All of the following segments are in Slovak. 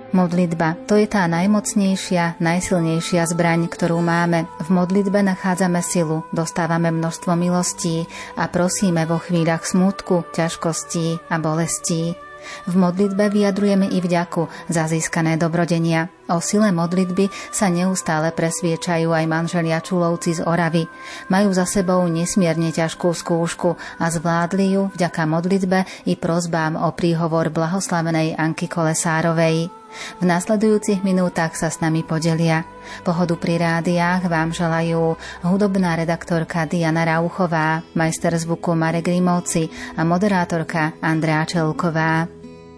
Modlitba, to je tá najmocnejšia, najsilnejšia zbraň, ktorú máme. V modlitbe nachádzame silu, dostávame množstvo milostí a prosíme vo chvíľach smútku, ťažkostí a bolestí. V modlitbe vyjadrujeme i vďaku za získané dobrodenia. O sile modlitby sa neustále presviečajú aj manželia Čulovci z Oravy. Majú za sebou nesmierne ťažkú skúšku a zvládli ju vďaka modlitbe i prosbám o príhovor blahoslavenej Anky Kolesárovej. V nasledujúcich minútach sa s nami podelia. Pohodu pri rádiách vám želajú hudobná redaktorka Diana Rauchová, majster zvuku Marek Rimovci a moderátorka Andrea Čelková.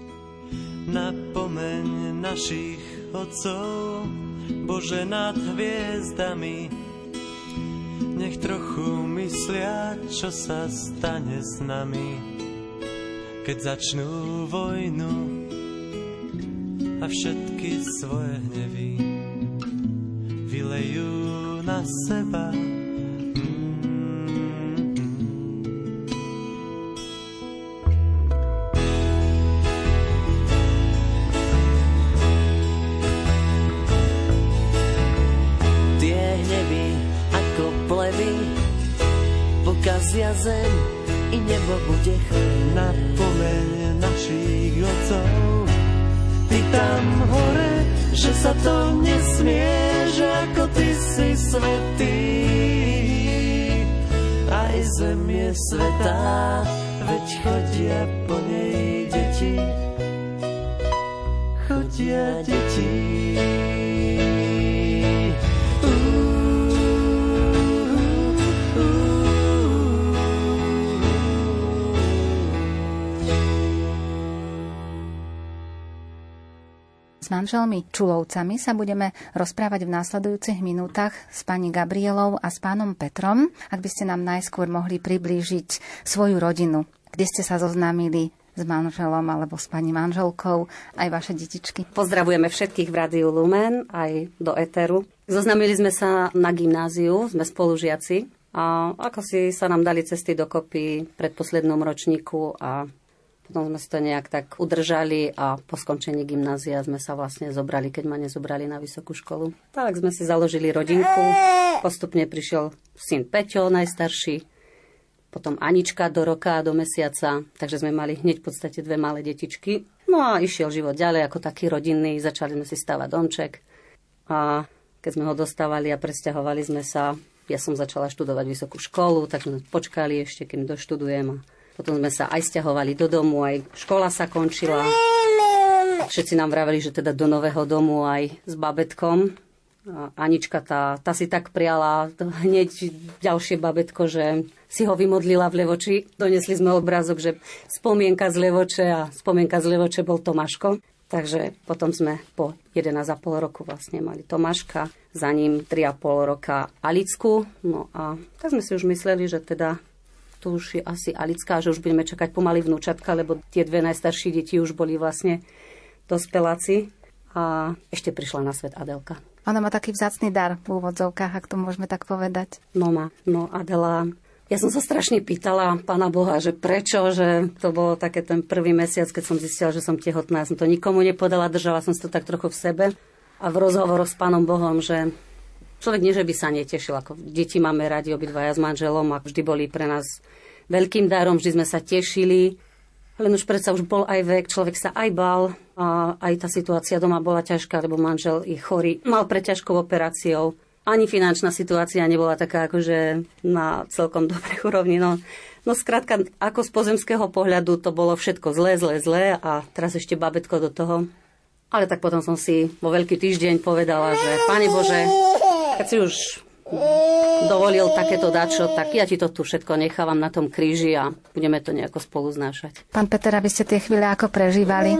Napomeň našich otcov, Bože nad hviezdami, nech trochu myslia, čo sa stane s nami, keď začnú vojnu a všetky svoje hnevy vylejú na seba. Tie hnevy ako plevy pokazia zem i nebo bude chvíľ. Napomeň našich otcov, ty tam hore, že sa to nesmie, že ako ty si svätý. Aj zem je svätá, veď chodia po nej deti. Chodia deti. S manželmi Čulovcami sa budeme rozprávať v následujúcich minútach s pani Gabrielou a s pánom Petrom. Ak by ste nám najskôr mohli priblížiť svoju rodinu, kde ste sa zoznámili s manželom alebo s pani manželkou, aj vaše detičky. Pozdravujeme všetkých v Rádiu Lumen, aj do éteru. Zoznámili sme sa na gymnáziu, sme spolužiaci a ako si sa nám dali cesty dokopy v predposlednom ročníku a potom sme si to nejak tak udržali a po skončení gymnázia sme sa vlastne zobrali, keď ma nezobrali na vysokú školu. Tak sme si založili rodinku, postupne prišiel syn Peťo, najstarší, potom Anička do roka, do mesiaca, takže sme mali hneď v podstate 2 malé detičky. No a išiel život ďalej ako taký rodinný, začali sme si stavať domček a keď sme ho dostávali a presťahovali sme sa, ja som začala študovať vysokú školu, tak sme počkali ešte, kým doštudujem a potom sme sa aj sťahovali do domu, aj škola sa končila. Všetci nám vraveli, že teda do nového domu aj s babetkom. A Anička tá si tak priala hneď ďalšie babetko, že si ho vymodlila v Levoči. Donesli sme obrázok, že spomienka z Levoče a spomienka z Levoče bol Tomáško. Takže potom sme po 11,5 roku vlastne mali Tomáška, za ním 3,5 roka Alicku. No a tak sme si už mysleli, že teda tu už je asi Alická, že už budeme čakať pomaly vnúčatka, lebo tie 2 najstaršie deti už boli vlastne dospeláci. A ešte prišla na svet Adelka. Ona má taký vzácny dar v úvodzovkách, ak to môžeme tak povedať. No Adela, ja som sa strašne pýtala Pána Boha, že prečo, že to bolo také ten prvý mesiac, keď som zistila, že som tehotná. Ja som to nikomu nepodala, držala som si to tak trochu v sebe. A v rozhovoroch s Pánom Bohom, že človek nie, že by sa netešil, ako deti máme radi obidvaja s manželom a vždy boli pre nás veľkým darom, vždy sme sa tešili. Len už predsa už bol aj vek, človek sa aj bál a aj tá situácia doma bola ťažká, lebo manžel je chorý, mal preťažkou operáciou. Ani finančná situácia nebola taká akože na celkom dobrej úrovni. No skrátka, ako z pozemského pohľadu to bolo všetko zlé a teraz ešte babetko do toho. Ale tak potom som si vo Veľký týždeň povedala, že Pane Bože, keď si už dovolil takéto dačo, tak ja ti to tu všetko nechávam na tom kríži a budeme to nejako spolu znášať. Pán Peter, aby ste tie chvíle ako prežívali?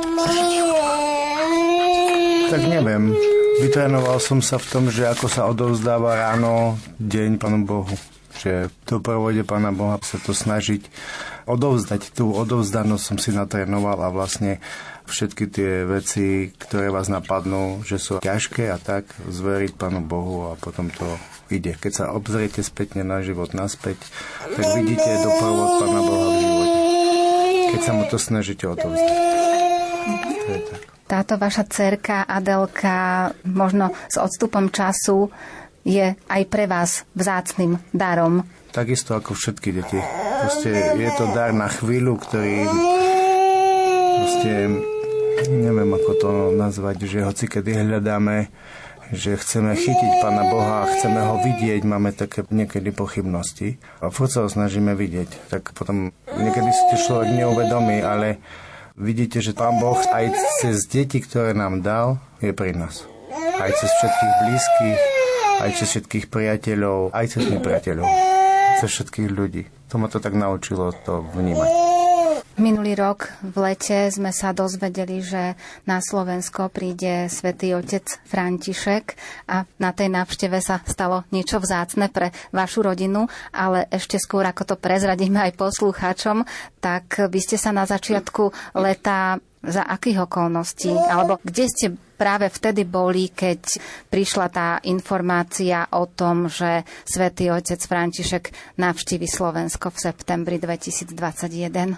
Tak neviem. Vytrénoval som sa v tom, že ako sa odovzdáva ráno deň Pánu Bohu. Že v doprovode Pána Boha sa to snažiť odovzdať. Tú odovzdanosť som si natrénoval a vlastne všetky tie veci, ktoré vás napadnú, že sú ťažké a tak, zveriť Pánu Bohu a potom to ide. Keď sa obzriete spätne na život naspäť, tak vidíte doprovod Pána Boha v živote. Keď sa mu to snažíte odovzdať. To je tak. Táto vaša dcerka Adelka možno s odstupom času je aj pre vás vzácnym darom. Takisto ako všetky deti. Proste je to dar na chvíľu, ktorý proste neviem ako to nazvať, že hoci kedy hľadáme, že chceme chytiť Pána Boha a chceme ho vidieť, máme také niekedy pochybnosti a furt sa ho snažíme vidieť. Tak potom niekedy si to človek neuvedomí, ale vidíte, že Pán Boh aj cez deti, ktoré nám dal, je pri nás. Aj cez všetkých blízkych, aj cez všetkých priateľov, aj cez nepriateľov, cez všetkých ľudí. To ma to tak naučilo to vnímať. Minulý rok v lete sme sa dozvedeli, že na Slovensko príde Svätý Otec František a na tej návšteve sa stalo niečo vzácne pre vašu rodinu, ale ešte skôr, ako to prezradíme aj poslucháčom, tak vy ste sa na začiatku leta za akých okolností, alebo kde ste práve vtedy boli, keď prišla tá informácia o tom, že Svätý Otec František navštívi Slovensko v septembri 2021?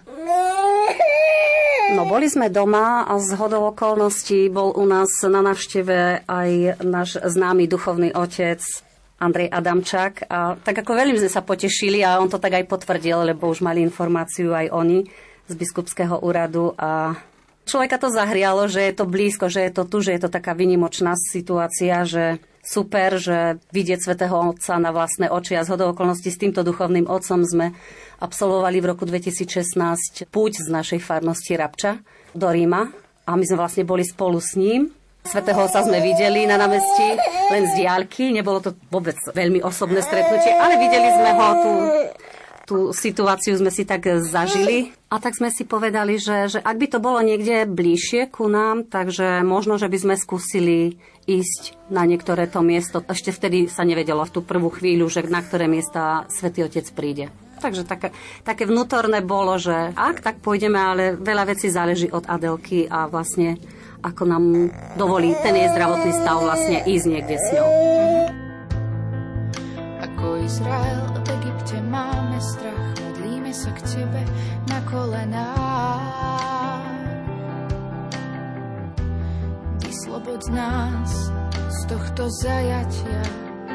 No, boli sme doma a zhodou okolností bol u nás na návšteve aj náš známy duchovný otec Andrej Adamčák. A tak ako veľmi sme sa potešili a on to tak aj potvrdil, lebo už mali informáciu aj oni z biskupského úradu a človeka to zahrialo, že je to blízko, že je to tu, že je to taká výnimočná situácia, že super, že vidieť Svätého Otca na vlastné oči a zhodou okolností s týmto duchovným otcom sme absolvovali v roku 2016 púť z našej farnosti Rabča do Ríma a my sme vlastne boli spolu s ním. Svätého Otca sme videli na námestí len z diaľky, nebolo to vôbec veľmi osobné stretnutie, ale videli sme ho tú situáciu sme si tak zažili a tak sme si povedali, že ak by to bolo niekde bližšie ku nám, takže možno, že by sme skúsili ísť na niektoré to miesto. Ešte vtedy sa nevedelo v tú prvú chvíľu, že na ktoré miesta Svätý Otec príde. Takže také vnútorné bolo, že ak, tak pôjdeme, ale veľa vecí záleží od Adelky a vlastne ako nám dovolí ten jej zdravotný stav vlastne ísť niekde s ňou. Ako Izrael v Egypte máme strach, modlíme sa k Tebe na kolenách. Vysloboď nás z tohto zajatia.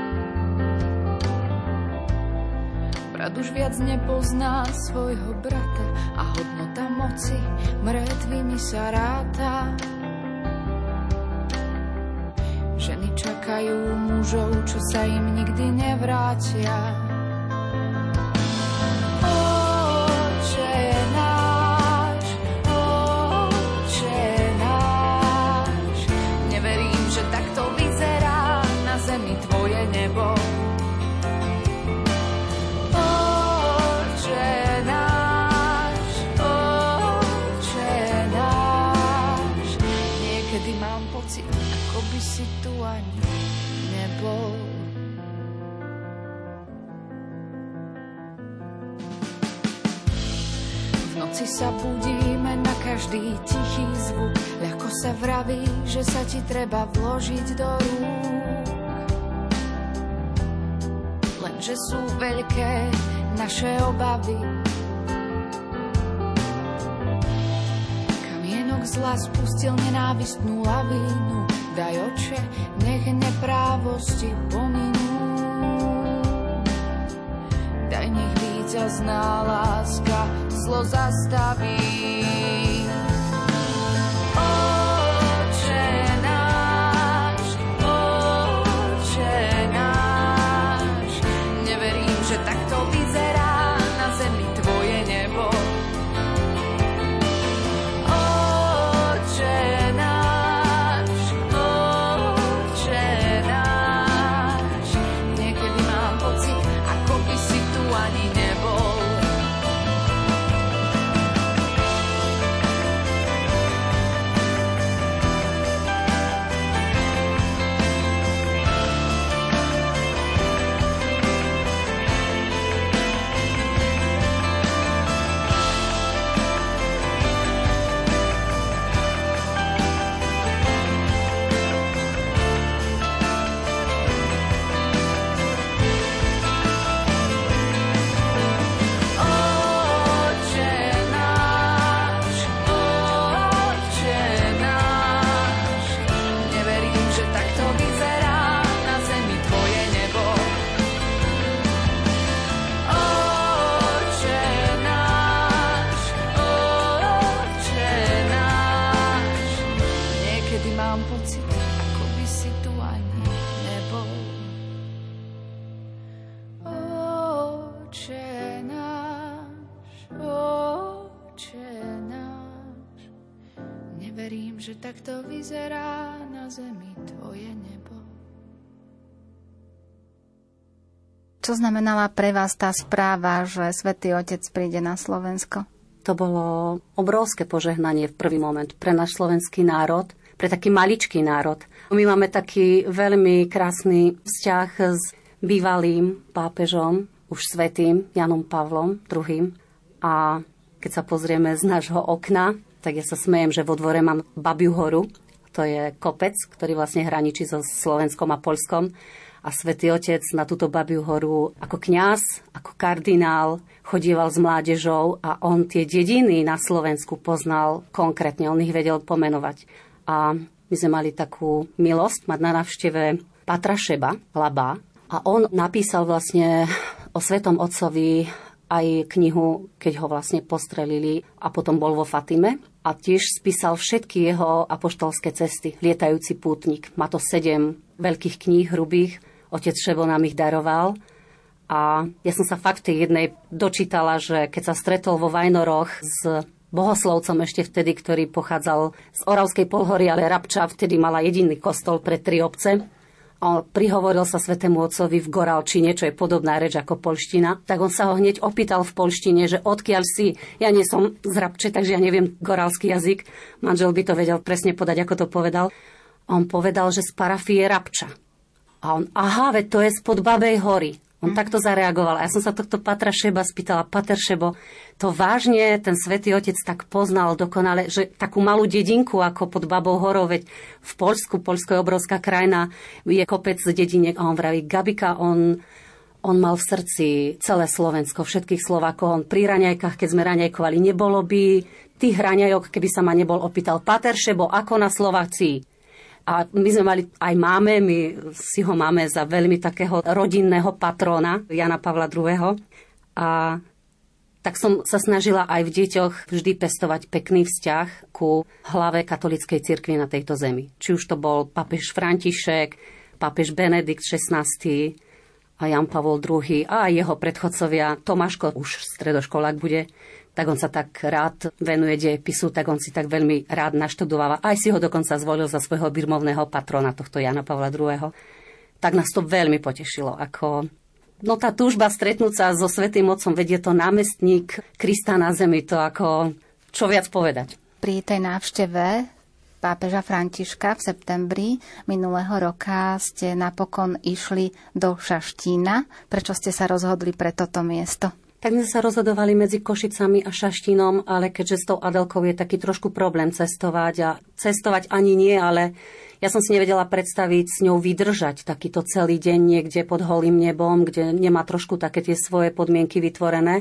Brat už viac nepozná svojho brata a hodnota moci mŕtvými sa ráta. Ženy čakajú mužov, čo sa im nikdy nevrátia. Oče náš, neverím, že takto vyzerá na zemi Tvoje nebo. Oče náš, niekedy mám pocit, ako by si tu ani nebol. V noci sa budíme na každý tichý zvuk, ľahko sa vraví, že sa ti treba vložiť do rúk. Lenže sú veľké naše obavy. Kamienok zla spustil nenávistnú lavínu. Daj, Oče, nech neprávosti pominú. Daj, nech víťazná láska zlo zastaví. Oče náš, neverím, že takto vyzerá na zemi Tvoje nebo. že takto vyzerá na zemi tvoje nebo. Čo znamenala pre vás tá správa, že Svätý Otec príde na Slovensko? To bolo obrovské požehnanie v prvý moment pre náš slovenský národ, pre taký maličký národ. My máme taký veľmi krásny vzťah s bývalým pápežom, už svätým Janom Pavlom II. A keď sa pozrieme z nášho okna, tak ja sa smejem, že vo dvore mám Babiu horu. To je kopec, ktorý vlastne hraničí so Slovenskom a Poľskom. A Svätý Otec na túto Babiu horu ako kňaz, ako kardinál chodieval s mládežou a on tie dediny na Slovensku poznal konkrétne, on ich vedel pomenovať. A my sme mali takú milosť mať na návšteve Patra Šeba, Labá, a on napísal vlastne o Svätom Otcovi aj knihu, keď ho vlastne postrelili a potom bol vo Fatime. A tiež spísal všetky jeho apoštolské cesty, Lietajúci pútnik. Má to 7 veľkých kníh, hrubých. Otec Šebo nám ich daroval. A ja som sa fakt v tej jednej dočítala, že keď sa stretol vo Vajnoroch s bohoslovcom ešte vtedy, ktorý pochádzal z Oravskej Polhory, ale Rabča vtedy mala jediný kostol pre 3 obce. A prihovoril sa Svätému Otcovi v goralčine, čo je podobná reč ako poľština. Tak on sa ho hneď opýtal v poľštine, že odkiaľ si. Ja nie som z Rabče, takže ja neviem goralský jazyk. Manžel by to vedel presne podať, ako to povedal. A on povedal, že z parafie Rabča. A on, aha, veď to je spod Babej hory. On takto zareagoval. A ja som sa tohto Patra Šeba spýtala, Pater Šebo, to vážne ten Svätý Otec tak poznal dokonale, že takú malú dedinku ako pod Babou horou, veď v Poľsku, Poľsko je obrovská krajina, je kopec dediniek. A on vraví, Gabika, on mal v srdci celé Slovensko, všetkých Slovákov. On pri raňajkách, keď sme raňajkovali, nebolo by tých raňajok, keby sa ma nebol opýtal, Pater Šebo, ako na Slovácii? A my sme mali, aj máme, my si ho máme za veľmi takého rodinného patróna, Jana Pavla II. A tak som sa snažila aj v deťoch vždy pestovať pekný vzťah ku hlave katolíckej cirkvi na tejto zemi. Či už to bol pápež František, pápež Benedikt XVI a Jan Pavol II a jeho predchodcovia. Tomáško, už stredoškolák bude, tak on sa tak rád venuje dejepisu, tak on si tak veľmi rád naštudováva. Aj si ho dokonca zvolil za svojho birmovného patrona, tohto Jana Pavla II. Tak nás to veľmi potešilo. Tá túžba stretnúť sa so Svätým Otcom, vedie to námestník Krista na zemi, to ako čo viac povedať. Pri tej návšteve pápeža Františka v septembri minulého roka ste napokon išli do Šaštína. Prečo ste sa rozhodli pre toto miesto? Tak sme sa rozhodovali medzi Košicami a Šaštínom, ale keďže s tou Adelkou je taký trošku problém cestovať a cestovať ani nie, ale ja som si nevedela predstaviť s ňou vydržať takýto celý deň niekde pod holým nebom, kde nemá trošku také tie svoje podmienky vytvorené.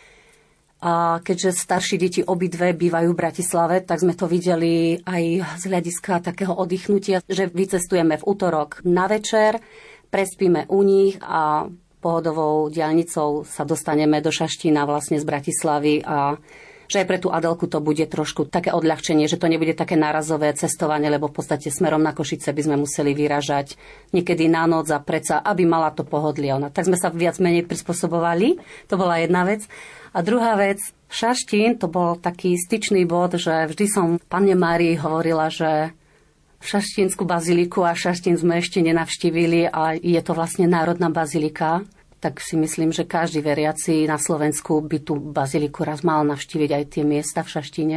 A keďže starší deti obidve bývajú v Bratislave, tak sme to videli aj z hľadiska takého oddychnutia, že vycestujeme v utorok na večer, prespíme u nich a pohodovou diaľnicou sa dostaneme do Šaštína vlastne z Bratislavy a že aj pre tú Adelku to bude trošku také odľahčenie, že to nebude také nárazové cestovanie, lebo v podstate smerom na Košice by sme museli vyražať niekedy na noc a predsa, aby mala to pohodlie ona. Tak sme sa viac menej prispôsobovali, to bola jedna vec. A druhá vec, Šaštín, to bol taký styčný bod, že vždy som Panne Márii hovorila, že Šaštínsku baziliku a Šaštín sme ešte nenavštívili a je to vlastne národná bazilika, tak si myslím, že každý veriaci na Slovensku by tú baziliku raz mal navštíviť aj tie miesta v Šaštíne.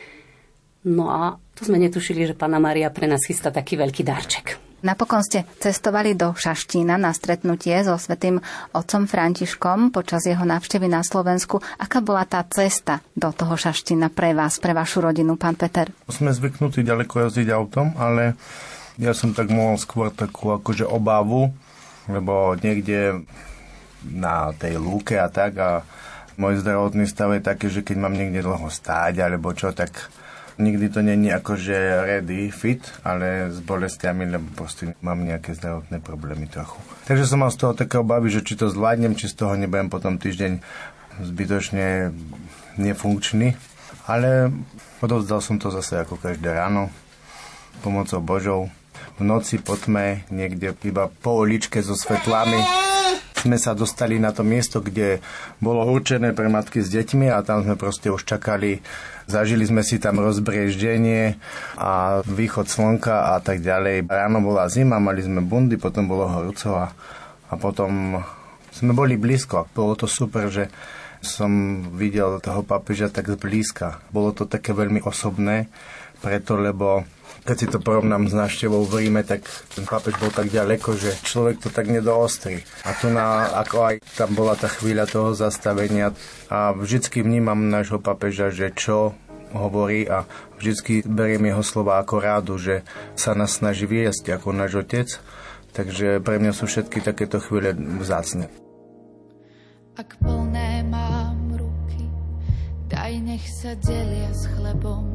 No a to sme netušili, že Panna Mária pre nás chystá taký veľký darček. Napokon ste cestovali do Šaštína na stretnutie so Svätým Otcom Františkom počas jeho návštevy na Slovensku. Aká bola tá cesta do toho Šaštína pre vás, pre vašu rodinu, pán Peter? Sme zvyknutí ďaleko jazdiť autom, ale ja som tak mohol skôr takú akože obavu, lebo niekde na tej lúke a tak a môj zdravotný stav je taký, že keď mám niekde dlho stáť alebo čo, tak nikdy to nie je akože ready, fit, ale s bolestiami, lebo proste mám nejaké zdravotné problémy trochu. Takže som mal z toho také obavy, že či to zvládnem, či z toho nebudem potom týždeň zbytočne nefunkčný. Ale odovzdal som to zase ako každé ráno, pomocou Božou. V noci po tme, niekde iba po uličke so svetlami sme sa dostali na to miesto, kde bolo určené pre matky s deťmi a tam sme proste už čakali. Zažili sme si tam rozbrieždenie a východ slnka a tak ďalej. Ráno bola zima, mali sme bundy, potom bolo horúco a potom sme boli blízko. Bolo to super, že som videl toho pápeža tak zblízka. Bolo to také veľmi osobné, preto lebo keď si to porovnám s návštevou v Ríme, tak ten pápež bol tak ďaleko, že človek to tak nedoostrí. A tu ako aj tam bola tá chvíľa toho zastavenia a vždycky vnímam nášho pápeža, že čo hovorí a vždycky beriem jeho slova ako rádu, že sa nás snaží viesť ako náš otec. Takže pre mňa sú všetky takéto chvíle vzácne. Ak plné mám ruky, daj nech sa delia s chlebom.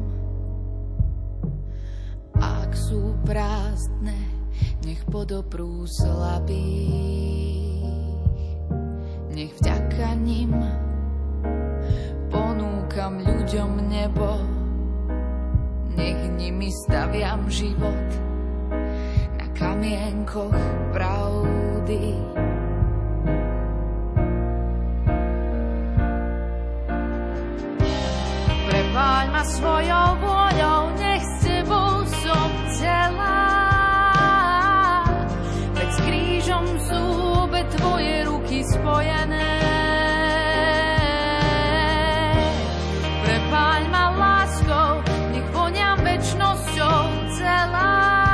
Ak sú prázdne, nech podoprú slabých. Nech vďaka nim ponúkam ľuďom nebo. Nech nimi staviam život na kamienkoch pravdy. Prepáľ ma svojou vôľou, nech s tebou som celá. Veď s krížom sú obe tvoje ruky spojené. Prepáľ ma láskou, nech voniam večnosťou celá.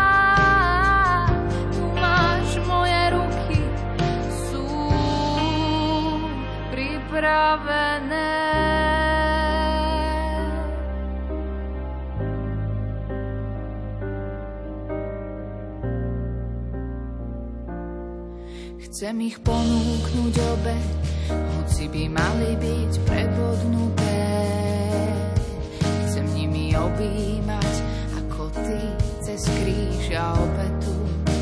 Tu máš moje ruky, sú pripravené. Chcem ich ponúknuť obe, hoci by mali byť prebodnuté. Chcem nimi objímať, ako ty cez kríž a obetu.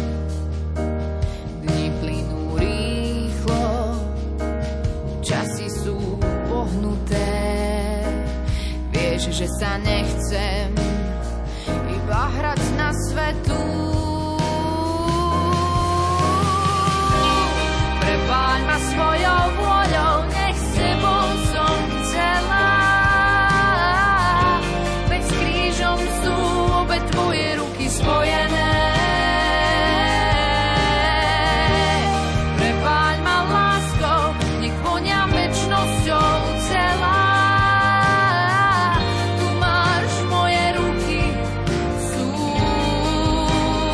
Dni plynú rýchlo, časy sú pohnuté. Vieš, že sa nechcem iba hrať na svetu. Prepáľ ma svojou vôľou, nech s tebou som celá. Veď s krížom sú obe tvoje ruky spojené. Prepáľ ma láskou, nech voniam večnosťou celá. Tu máš moje ruky, sú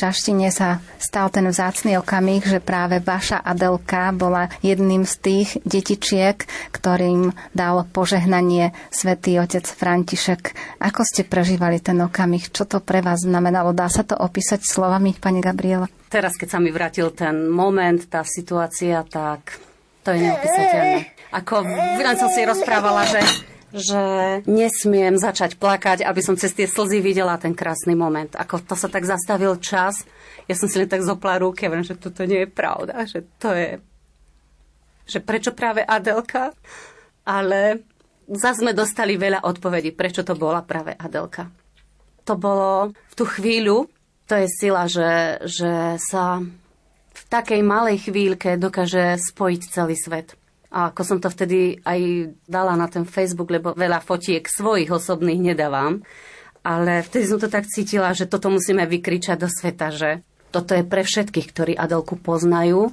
Šaštine sa stal ten vzácny okamih, že práve vaša Adelka bola jedným z tých detičiek, ktorým dal požehnanie svätý otec František. Ako ste prežívali ten okamih? Čo to pre vás znamenalo? Dá sa to opísať slovami, pani Gabriela? Teraz, keď sa mi vrátil ten moment, tá situácia, tak to je neopísateľné. Ako len som si rozprávala, že nesmiem začať plakať, aby som cez tie slzy videla ten krásny moment. Ako to sa tak zastavil čas. Ja som si len tak zopla ruky, že toto nie je pravda, že to je... Že prečo práve Adelka? Ale zase sme dostali veľa odpovedí, prečo to bola práve Adelka. To bolo v tú chvíľu, to je sila, že sa v takej malej chvíľke dokáže spojiť celý svet. A ako som to vtedy aj dala na ten Facebook, lebo veľa fotiek svojich osobných nedávam, ale vtedy som to tak cítila, že toto musíme vykričať do sveta, že toto je pre všetkých, ktorí Adelku poznajú,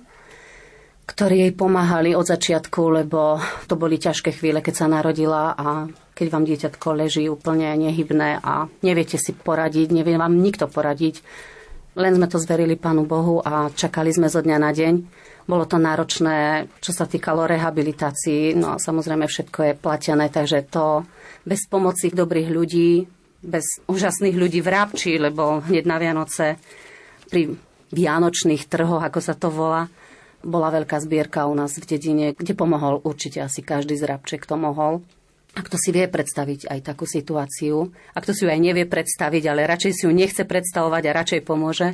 ktorí jej pomáhali od začiatku, lebo to boli ťažké chvíle, keď sa narodila a keď vám dieťatko leží úplne nehybné a neviete si poradiť, nevie vám nikto poradiť. Len sme to zverili Pánu Bohu a čakali sme zo dňa na deň. Bolo to náročné, čo sa týkalo rehabilitácií, no a samozrejme všetko je platené, takže to bez pomoci dobrých ľudí, bez úžasných ľudí v Rábči, lebo hneď na Vianoce pri vianočných trhoch, ako sa to volá, bola veľká zbierka u nás v dedine, kde pomohol určite asi každý z Rábče, kto mohol. A kto si vie predstaviť aj takú situáciu, a kto si ju aj nevie predstaviť, ale radšej si ju nechce predstavovať a radšej pomôže.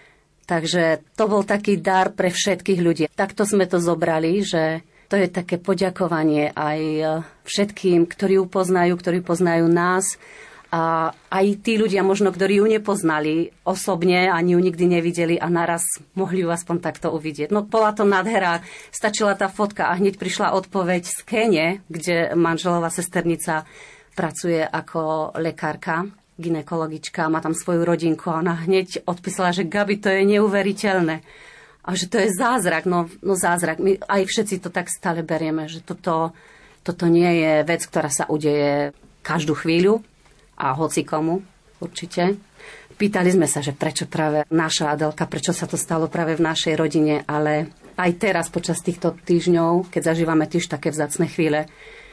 Takže to bol taký dar pre všetkých ľudí. Takto sme to zobrali, že to je také poďakovanie aj všetkým, ktorí ju poznajú, ktorí poznajú nás. A aj tí ľudia možno, ktorí ju nepoznali osobne, ani ju nikdy nevideli a naraz mohli ju aspoň takto uvidieť. No bola to nádhera, stačila tá fotka a hneď prišla odpoveď z Kene, kde manželová sesternica pracuje ako lekárka, gynekologička, má tam svoju rodinku a ona hneď odpísala, že Gabi, to je neuveriteľné. A že to je zázrak, no zázrak. My aj všetci to tak stále berieme, že toto nie je vec, ktorá sa udeje každú chvíľu, a hoci komu, určite. Pýtali sme sa, že prečo práve naša Adelka, prečo sa to stalo práve v našej rodine, ale aj teraz počas týchto týždňov, keď zažívame tiež také vzácne chvíle,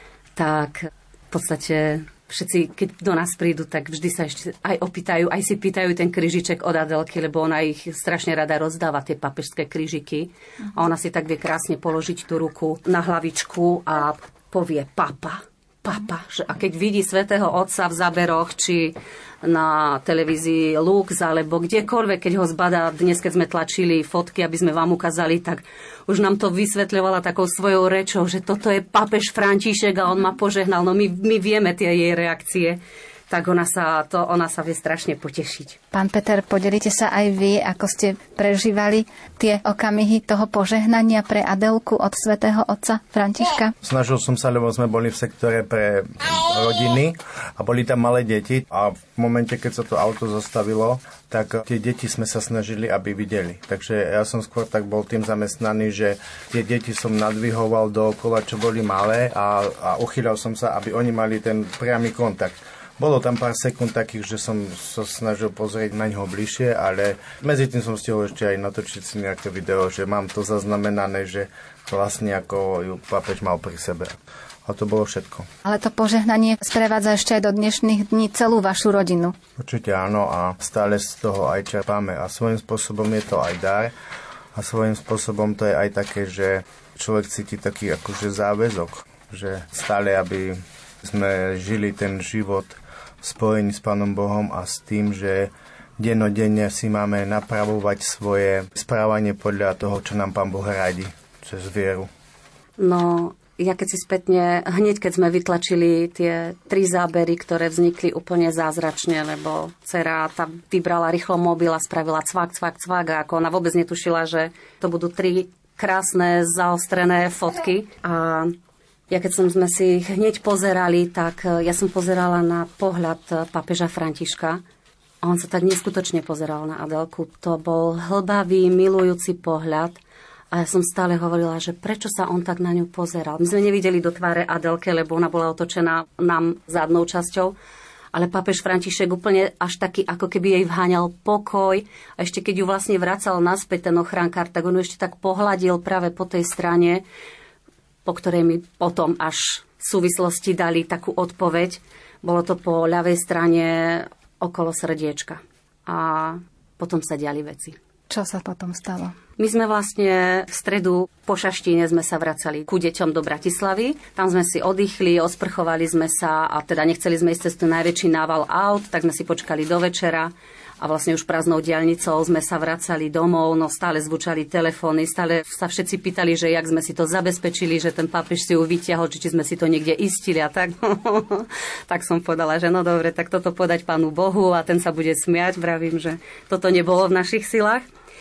tak v podstate všetci, keď do nás prídu, tak vždy sa ešte aj opýtajú, aj si pýtajú ten krížiček od Adelky, lebo ona ich strašne rada rozdáva, tie papežské krížiky. A ona si tak vie krásne položiť tú ruku na hlavičku a povie papa, že a keď vidí svätého Otca v záberoch, či na televízii Lux, alebo kdekoľvek, keď ho zbadá, dnes keď sme tlačili fotky, aby sme vám ukázali, tak už nám to vysvetľovala takou svojou rečou, že toto je pápež František a on ma požehnal. No my vieme tie jej reakcie, tak ona sa vie strašne potešiť. Pán Peter, podelíte sa aj vy, ako ste prežívali tie okamihy toho požehnania pre Adelku od svätého Otca Františka? Snažil som sa, lebo sme boli v sektore pre rodiny a boli tam malé deti a v momente, keď sa to auto zastavilo, tak tie deti sme sa snažili, aby videli. Takže ja som skôr tak bol tým zamestnaný, že tie deti som nadvihoval dookola, čo boli malé a uchýľal som sa, aby oni mali ten priamy kontakt. Bolo tam pár sekúnd takých, že som sa snažil pozrieť na ňoho bližšie, ale medzi tým som stihol ešte aj natočiť si nejaké video, že mám to zaznamenané, že vlastne ako ju pápež mal pri sebe. A to bolo všetko. Ale to požehnanie sprevádza ešte aj do dnešných dní celú vašu rodinu. Určite áno a stále z toho aj čerpáme. A svojím spôsobom je to aj dar a svojím spôsobom to je aj také, že človek cíti taký akože záväzok, že stále, aby sme žili ten život spojení s Pánom Bohom a s tým, že dennodenne si máme napravovať svoje správanie podľa toho, čo nám Pán Boh radí cez vieru. No, ja keď si spätne, hneď keď sme vytlačili tie 3 zábery, ktoré vznikli úplne zázračne, lebo dcera tá vybrala rýchlo mobil a spravila cvak a ako ona vôbec netušila, že to budú 3 krásne zaostrené fotky a ja keď sme si hneď pozerali, tak ja som pozerala na pohľad pápeža Františka a on sa tak neskutočne pozeral na Adelku. To bol hlbavý, milujúci pohľad a ja som stále hovorila, že prečo sa on tak na ňu pozeral. My sme nevideli do tváre Adelke, lebo ona bola otočená nám zadnou časťou, Ale pápež František úplne až taký, ako keby jej vháňal pokoj. A ešte keď ju vlastne vracal naspäť ten ochránkár, tak on ju ešte tak pohľadil práve po tej strane, po ktorej mi potom až v súvislosti dali takú odpoveď. Bolo to po ľavej strane okolo srdiečka. A potom sa diali veci. Čo sa potom stalo? My sme vlastne v stredu po Šaštíne sme sa vracali ku deťom do Bratislavy. Tam sme si oddychli, osprchovali sme sa a teda nechceli sme ísť cez ten najväčší nával aut, tak sme si počkali do večera a vlastne už prázdnou diaľnicou sme sa vracali domov, no stále zvučali telefóny, stále sa všetci pýtali, že jak sme si to zabezpečili, že ten pápež si ju vytiahol, či sme si to niekde istili a tak. Tak som povedala, že no dobre, tak toto podať Pánu Bohu a ten sa bude smiať. Vravím, že toto nebolo v našich silách.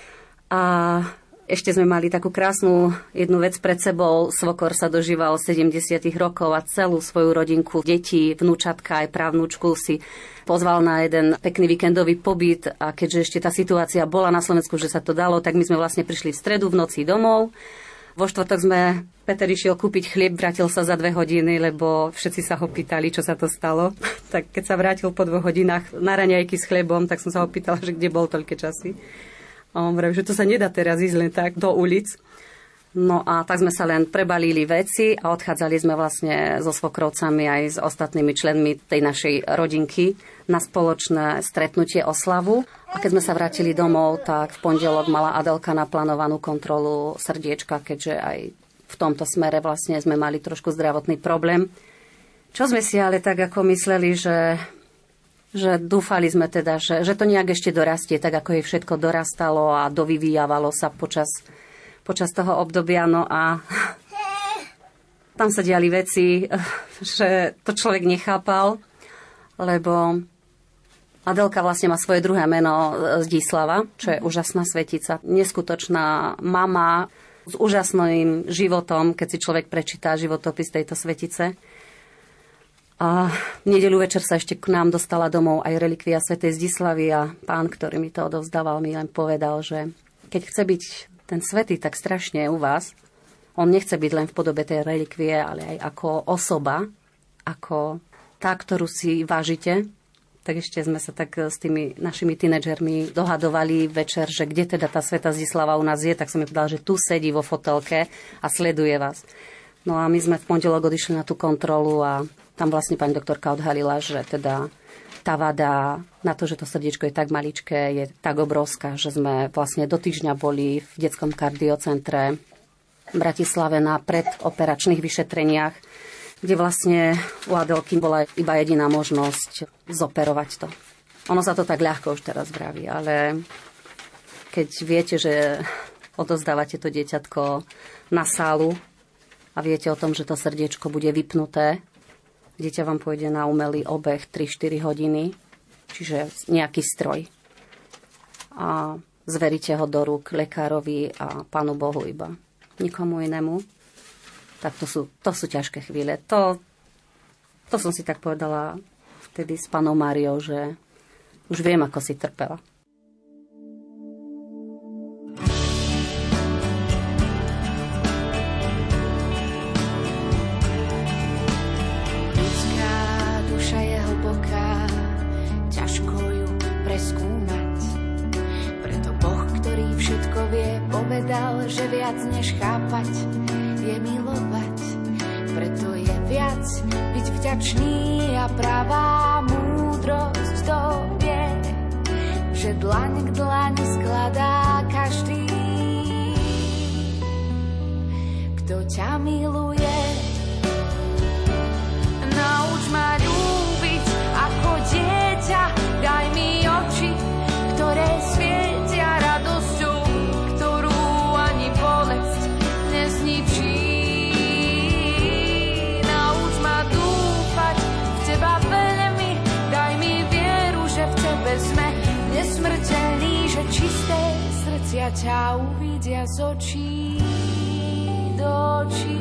A ešte sme mali takú krásnu jednu vec pred sebou. Svokor sa dožíval 70 rokov a celú svoju rodinku, detí, vnúčatka aj právnučku si pozval na jeden pekný víkendový pobyt. A keďže ešte tá situácia bola na Slovensku, že sa to dalo, tak my sme vlastne prišli v stredu v noci domov. Vo štvrtok Peter išiel kúpiť chlieb, vrátil sa za 2 hodiny, lebo všetci sa ho pýtali, čo sa to stalo. Tak keď sa vrátil po 2 hodinách na raňajky s chlebom, tak som sa ho pýtala, že kde bol toľké časy. A on vraví, že to sa nedá teraz ísť len tak do ulic. No a tak sme sa len prebalili veci a odchádzali sme vlastne so svokrovcami aj s ostatnými členmi tej našej rodinky na spoločné stretnutie oslavu. A keď sme sa vrátili domov, tak v pondelok mala Adelka naplánovanú kontrolu srdiečka, keďže aj v tomto smere vlastne sme mali trošku zdravotný problém. Čo sme si ale tak ako mysleli, že dúfali sme teda, že to nejak ešte dorastie, tak ako jej všetko dorastalo a dovyvíjavalo sa počas toho obdobia. No a tam sa diali veci, že to človek nechápal, lebo Adelka vlastne má svoje druhé meno Zdislava, čo je úžasná svetica. Neskutočná mama s úžasným životom, keď si človek prečíta životopis tejto svetice. A v nedeľu večer sa ešte k nám dostala domov aj relikvia svätej Zdislavy a pán, ktorý mi to odovzdával, mi len povedal, že keď chce byť ten svätý tak strašne u vás, on nechce byť len v podobe tej relikvie, ale aj ako osoba, ako tá, ktorú si vážite. Tak ešte sme sa tak s tými našimi tínedžermi dohadovali večer, že kde teda tá svätá Zdislava u nás je, tak som mi povedal, že tu sedí vo fotelke a sleduje vás. No a my sme v pondelok odišli na tú kontrolu a tam vlastne pani doktorka odhalila, že teda tá vada na to, že to srdiečko je tak maličké, je tak obrovská, že sme vlastne do týždňa boli v detskom kardiocentre v Bratislave na predoperačných vyšetreniach, kde vlastne u Adelky bola iba jediná možnosť zoperovať to. Ono sa to tak ľahko už teraz vraví, ale keď viete, že odozdávate to dieťatko na sálu a viete o tom, že to srdiečko bude vypnuté, dieťa vám pôjde na umelý obeh 3-4 hodiny, čiže nejaký stroj. A zveríte ho do rúk lekárovi a Pánu Bohu iba. Nikomu inému. Tak to sú ťažké chvíle. To som si tak povedala vtedy s Pannou Máriou, že už viem, ako si trpela. Povedal, že viac než chápať je milovať. Preto je viac byť vďačný a pravá múdrosť to vie, že dlaň k dlani skladá každý, kto ťa miluje. Nauč ma ľúbiť ako dieťa, daj mi oči, ktoré svietia radosťou, nezničí. Nauč ma dúfať v teba veľmi, daj mi vieru, že v tebe sme nesmrteľní, že čisté srdcia ťa uvidia z očí do očí.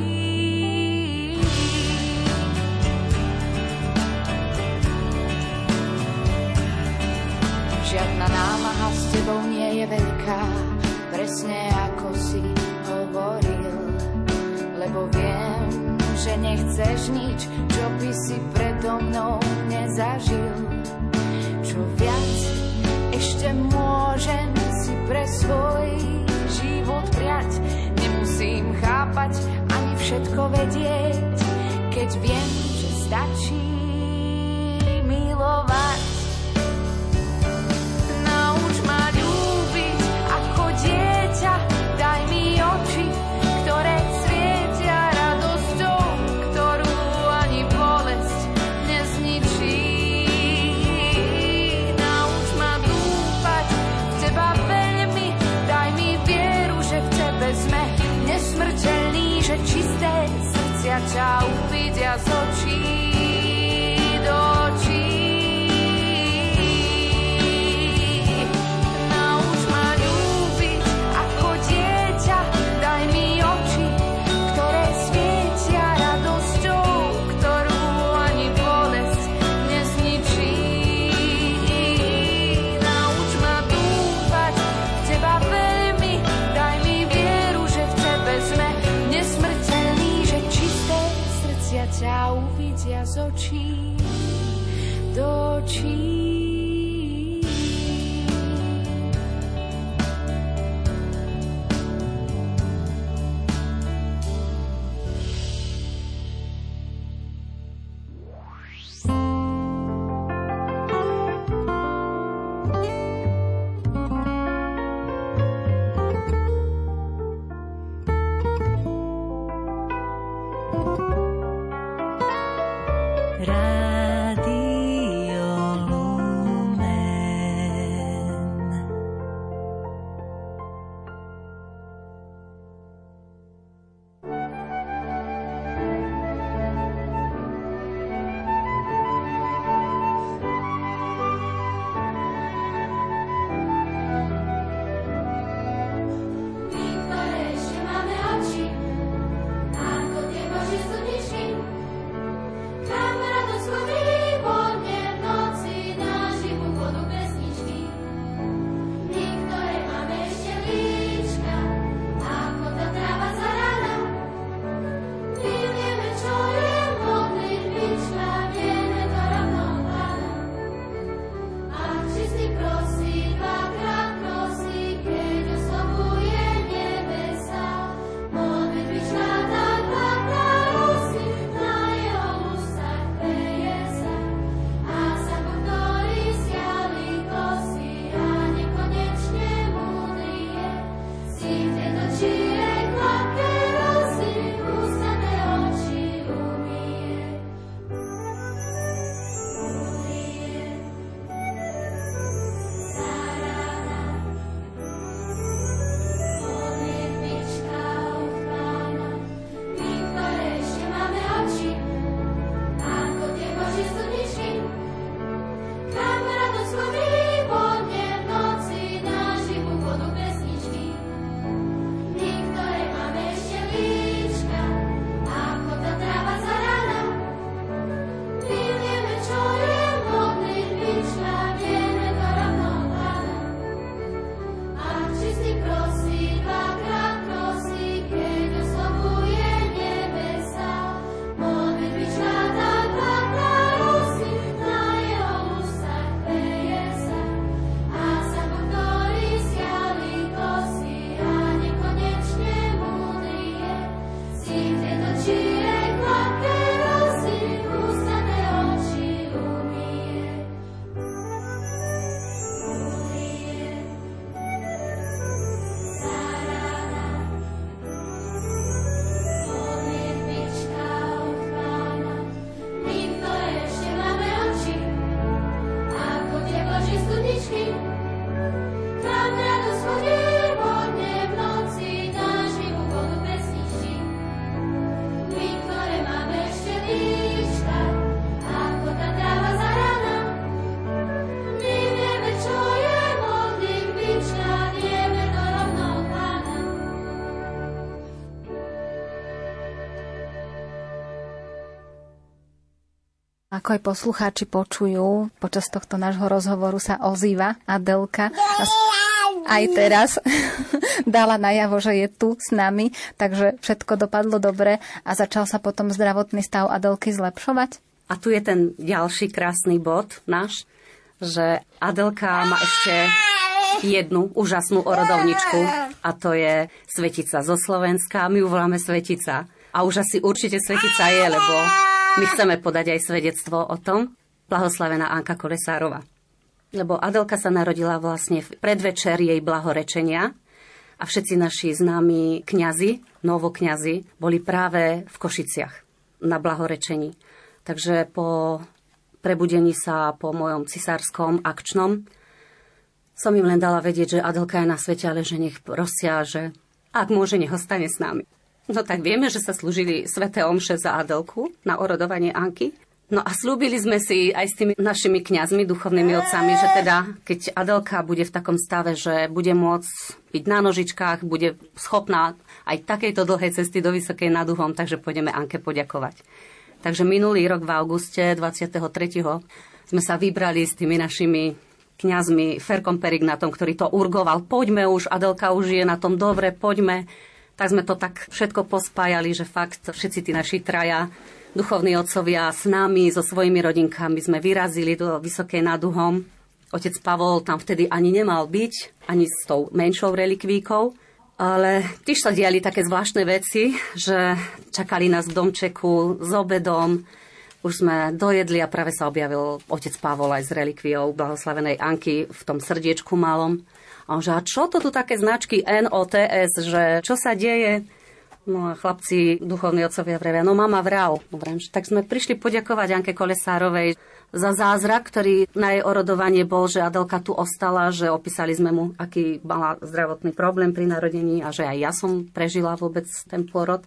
Žiadna námaha s tebou nie je veľká, presne ako si hovoril, lebo viem, že nechceš nič, čo by si predo mnou nezažil. Čo viac ešte môžem si pre svoj život prijať. Nemusím chápať ani všetko vedieť, keď viem, že stačí milovať. Nauč ma ľúbiť ako dieťa, daj mi oči, ktoré svietia radosťou, ktorú ani bolesť nezničí. Nauč ma dúfať v teba veľmi, daj mi vieru, že v tebe sme nesmrteľní, že čisté srdcia ťa uvidia z očí do očí. Nauč ma ľúbiť ako dieťa, daj mi oči, ktoré svietia radosťou, ktorú ani bolesť nezničí. Nauč ma dúfať v teba veľmi, daj mi vieru, že v tebe sme nesmrteľní, že čisté srdcia ťa uvidia z očí do očí. Ako aj poslucháči počujú, počas tohto nášho rozhovoru sa ozýva Adelka. aj teraz dala najavo, že je tu s nami, takže všetko dopadlo dobre a začal sa potom zdravotný stav Adelky zlepšovať? A tu je ten ďalší krásny bod náš, že Adelka má ešte jednu úžasnú orodovničku a to je Svetica zo Slovenska. My ju voláme Svetica. A už asi určite Svetica je, lebo my chceme podať aj svedectvo o tom. Blahoslavená Anka Kolesárova. Lebo Adelka sa narodila vlastne v predvečer jej blahorečenia a všetci naši známi kňazi, novokňazi, boli práve v Košiciach na blahorečení. Takže po prebudení sa po mojom cisárskom akčnom som im len dala vedieť, že Adelka je na svete, ale že nech prosia, že ak môže, nech ostane s nami. No tak vieme, že sa slúžili sväté omše za Adelku na orodovanie Anky. No a slúbili sme si aj s tými našimi kňazmi, duchovnými otcami, že teda, keď Adelka bude v takom stave, že bude môcť byť na nožičkách, bude schopná aj takejto dlhej cesty do Vysokej nad Uhom, takže pôjdeme Anke poďakovať. Takže minulý rok v auguste, 23. sme sa vybrali s tými našimi kňazmi, Ferkom Perignatom, ktorý to urgoval. Poďme už, Adelka už je na tom dobre, poďme. Tak sme to tak všetko pospájali, že fakt všetci tí naši traja duchovní otcovia s nami, so svojimi rodinkami sme vyrazili do Vysokej nad Uhom. Otec Pavol tam vtedy ani nemal byť, ani s tou menšou relikvíkou. Ale tiež sa diali také zvláštne veci, že čakali nás v domčeku s obedom. Už sme dojedli a práve sa objavil otec Pavol aj s relikviou blahoslavenej Anky v tom srdiečku malom. A on že, a čo to tu také značky NOTS, že čo sa deje? No a chlapci, duchovní otcovia vravia, no mama vrav. Tak sme prišli poďakovať Anke Kolesárovej za zázrak, ktorý na jej orodovanie bol, že Adelka tu ostala, že opísali sme mu, aký mala zdravotný problém pri narodení a že aj ja som prežila vôbec ten pôrod.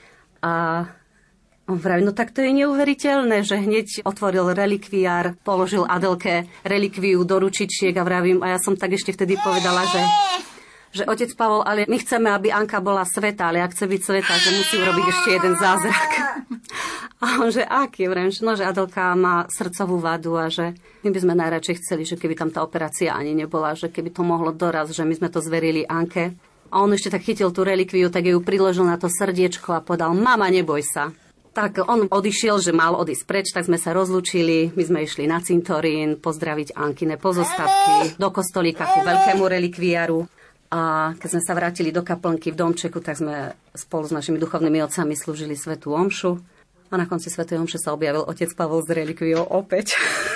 A on vraví, no tak to je neuveriteľné, že hneď otvoril relikviár, položil Adelke relikviu do ručičiek a vravím, a ja som tak ešte vtedy povedala, že otec Pavol, ale my chceme, aby Anka bola sveta, ale ak chce byť sveta, že musí urobiť ešte jeden zázrak. A on, že aký? No, že Adelka má srdcovú vadu a že my by sme najradšej chceli, že keby tam tá operácia ani nebola, že keby to mohlo doraz, že my sme to zverili Anke. A on ešte tak chytil tú relikviu, tak ju priložil na to srdiečko a povedal, mama, neboj sa. Tak on odišiel, že mal odísť preč, tak sme sa rozlúčili. My sme išli na cintorín, pozdraviť Ankine pozostatky, do kostolíka ku veľkému relikviáru. A keď sme sa vrátili do kaplnky v domčeku, tak sme spolu s našimi duchovnými otcami slúžili svätú omšu. A na konci svätej omše sa objavil otec Pavol s relikviou opäť.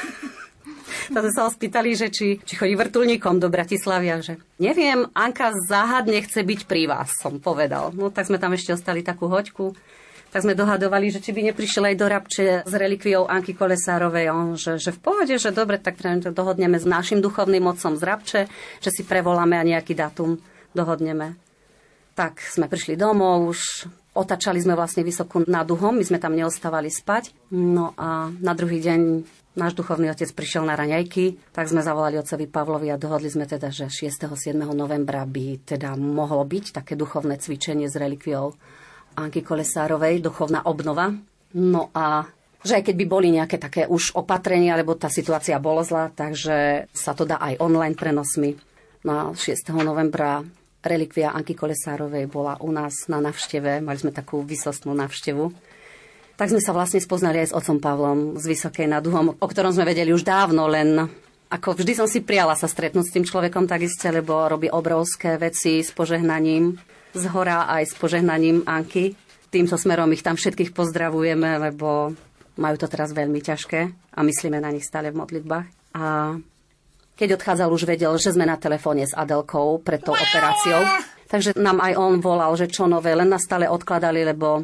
Tak sme sa ho spýtali, že či chodí vrtuľníkom do Bratislavy, že neviem, Anka záhadne chce byť pri vás, som povedal. No tak sme tam ešte ostali takú hoďku. Tak sme dohadovali, že či by neprišiel aj do Rabče s relikviou Anky Kolesárovej. On, že v pohode, že dobre, tak dohodneme s našim duchovným otcom z Rabče, že si prevoláme a nejaký dátum dohodneme. Tak sme prišli domov, už otačali sme vlastne Vysokú nad Uhom, my sme tam neostávali spať. No a na druhý deň náš duchovný otec prišiel na raňajky, tak sme zavolali otcovi Pavlovi a dohodli sme teda, že 6. 7. novembra by teda mohlo byť také duchovné cvičenie s relikviou Anky Kolesárovej, duchovná obnova. No a že aj keď by boli nejaké také už opatrenia, lebo tá situácia bola zlá, takže sa to dá aj online prenosmi. No 6. novembra relikvia Anky Kolesárovej bola u nás na navšteve, mali sme takú výsostnú navštevu. Tak sme sa vlastne spoznali aj s otcom Pavlom z Vysokej nad Uhom, o ktorom sme vedeli už dávno, len ako vždy som si prijala sa stretnúť s tým človekom takisto, lebo robí obrovské veci s požehnaním z hora aj s požehnaním Anky. Týmto smerom ich tam všetkých pozdravujeme, lebo majú to teraz veľmi ťažké a myslíme na nich stále v modlitbách. A keď odchádzal, už vedel, že sme na telefóne s Adelkou pred tou operáciou. Takže nám aj on volal, že čo nové, len nás stále odkladali, lebo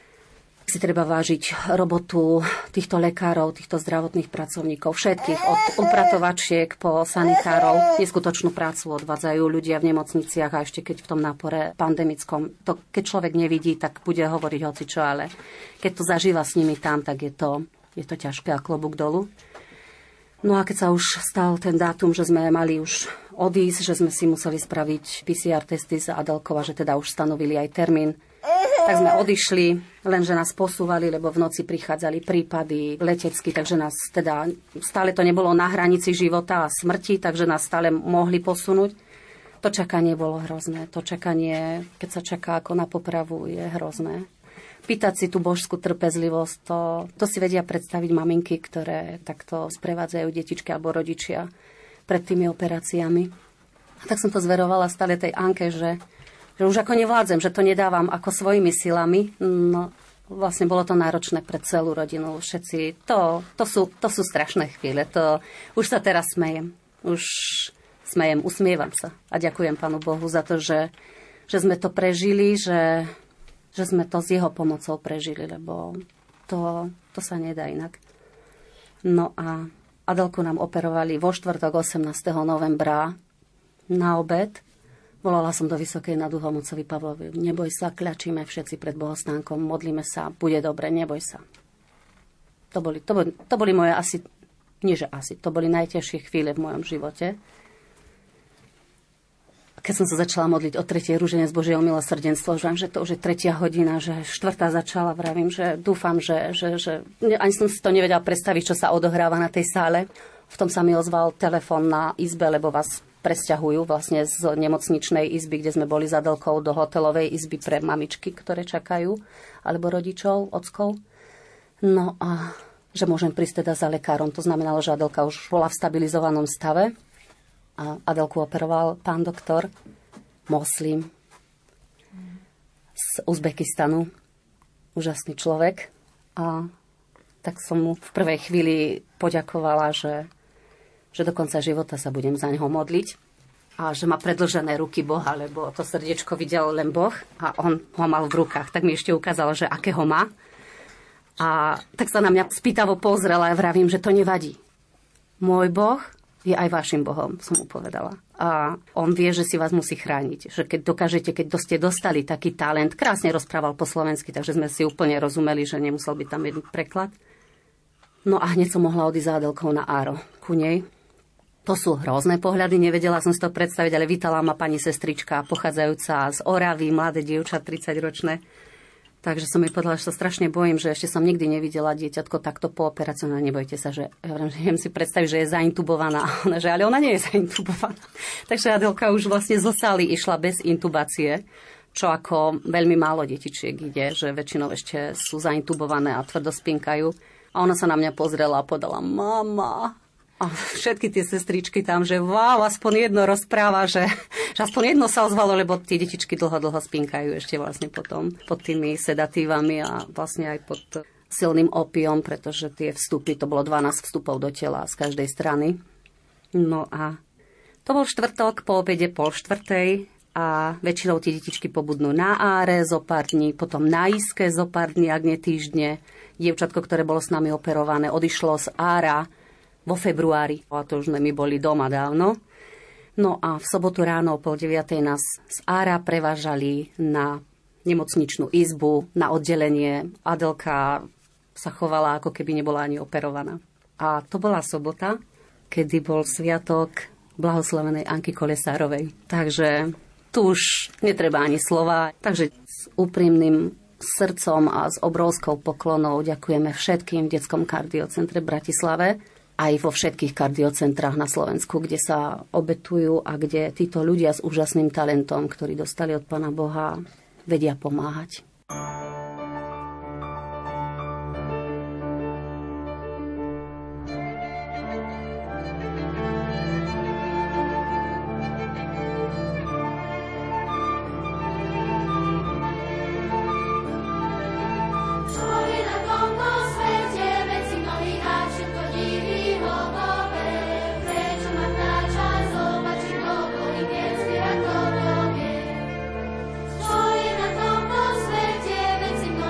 si treba vážiť robotu týchto lekárov, týchto zdravotných pracovníkov, všetkých, od upratovačiek po sanitárov. Neskutočnú prácu odvádzajú ľudia v nemocniciach a ešte keď v tom nápore pandemickom. To, keď človek nevidí, tak bude hovoriť hocičo, ale keď to zažíva s nimi tam, tak je to ťažké a klobúk dolu. No a keď sa už stal ten dátum, že sme mali už odísť, že sme si museli spraviť PCR testy za Adelkou a že teda už stanovili aj termín, tak sme odišli, lenže nás posúvali, lebo v noci prichádzali prípady letecky, takže nás teda stále to nebolo na hranici života a smrti, takže nás stále mohli posunúť. To čakanie bolo hrozné. To čakanie, keď sa čaká ako na popravu, je hrozné. Pýtať si tú božskú trpezlivosť, to si vedia predstaviť maminky, ktoré takto sprevádzajú detičky alebo rodičia pred tými operáciami. A tak som to zverovala stále tej Anke, že už ako nevládzem, že to nedávam ako svojimi silami. No, vlastne bolo to náročné pre celú rodinu. Všetci, to sú strašné chvíle. Už sa teraz smejem. Usmievam sa. A ďakujem Pánu Bohu za to, že sme to prežili, že sme to s jeho pomocou prežili, lebo to sa nedá inak. No a Adelku nám operovali vo štvrtok 18. novembra na obed. Volala som do Vysokej nad Úhomocovi Pavlovi. Neboj sa, kľačíme všetci pred bohostánkom, modlíme sa, bude dobre, neboj sa. To boli moje to boli najťažšie chvíle v mojom živote. Keď som sa začala modliť o 3. rúženie z Božieho milosrdenstva, že to už je 3. hodina, že 4. začala, vravím, že dúfam, že ani som si to nevedela predstaviť, čo sa odohráva na tej sále. V tom sa mi ozval telefón na izbe, lebo vás presťahujú vlastne z nemocničnej izby, kde sme boli za Adelkou, do hotelovej izby pre mamičky, ktoré čakajú, alebo rodičov, ockov. No a že môžem prísť teda za lekárom. To znamenalo, že Adelka už bola v stabilizovanom stave. A Adelku operoval pán doktor, moslim z Uzbekistanu. Úžasný človek. A tak som mu v prvej chvíli poďakovala, že do konca života sa budem za neho modliť. A že má predĺžené ruky Boha, lebo to srdiečko videl len Boh a on ho mal v rukách. Tak mi ešte ukázal, že aké ho má. A tak sa na mňa spýtavo pozrela a vravím, že to nevadí. Môj Boh je aj vašim Bohom, som mu povedala. A on vie, že si vás musí chrániť. Že keď ste dostali taký talent, krásne rozprával po slovensky, takže sme si úplne rozumeli, že nemusel byť tam jeden preklad. No a hneď som mohla odísť za Adelkou na Áro ku nej. To sú hrozné pohľady, nevedela som si to predstaviť, ale vítala ma pani sestrička, pochádzajúca z Oravy, mladé dievča, 30-ročné. Takže som jej povedala, že sa strašne bojím, že ešte som nikdy nevidela dieťatko takto po operácii. No nebojte sa, že viem si predstaviť, že je zaintubovaná. Ale ona nie je zaintubovaná. Takže Adelka už vlastne zo sály išla bez intubácie, čo ako veľmi málo detičiek ide, že väčšinou ešte sú zaintubované a tvrdo spinkajú. A ona sa na mňa pozrela a povedala, mama. A všetky tie sestričky tam, že wow, aspoň jedno rozpráva, že aspoň jedno sa ozvalo, lebo tie detičky dlho spinkajú ešte vlastne potom pod tými sedatívami a vlastne aj pod silným opiom, pretože tie vstupy, to bolo 12 vstupov do tela z každej strany. No a to bol štvrtok po obede 3:30 a väčšinou tie detičky pobudnú na Áre zo pár dní, potom na Iske zo pár dní, ak nie týždne. Dievčatko, ktoré bolo s nami operované, odišlo z Ára vo februári, a to už sme my boli doma dávno. No a v sobotu ráno o 8:30 nás z Ára prevážali na nemocničnú izbu, na oddelenie. Adelka sa chovala, ako keby nebola ani operovaná. A to bola sobota, kedy bol sviatok blahoslavenej Anky Kolesárovej. Takže tu už netreba ani slova. Takže s úprimným srdcom a s obrovskou poklonou ďakujeme všetkým v Detskom kardiocentre v Bratislave, aj vo všetkých kardiocentrách na Slovensku, kde sa obetujú a kde títo ľudia s úžasným talentom, ktorí dostali od Pána Boha, vedia pomáhať. Čo je na tomto svete, veď si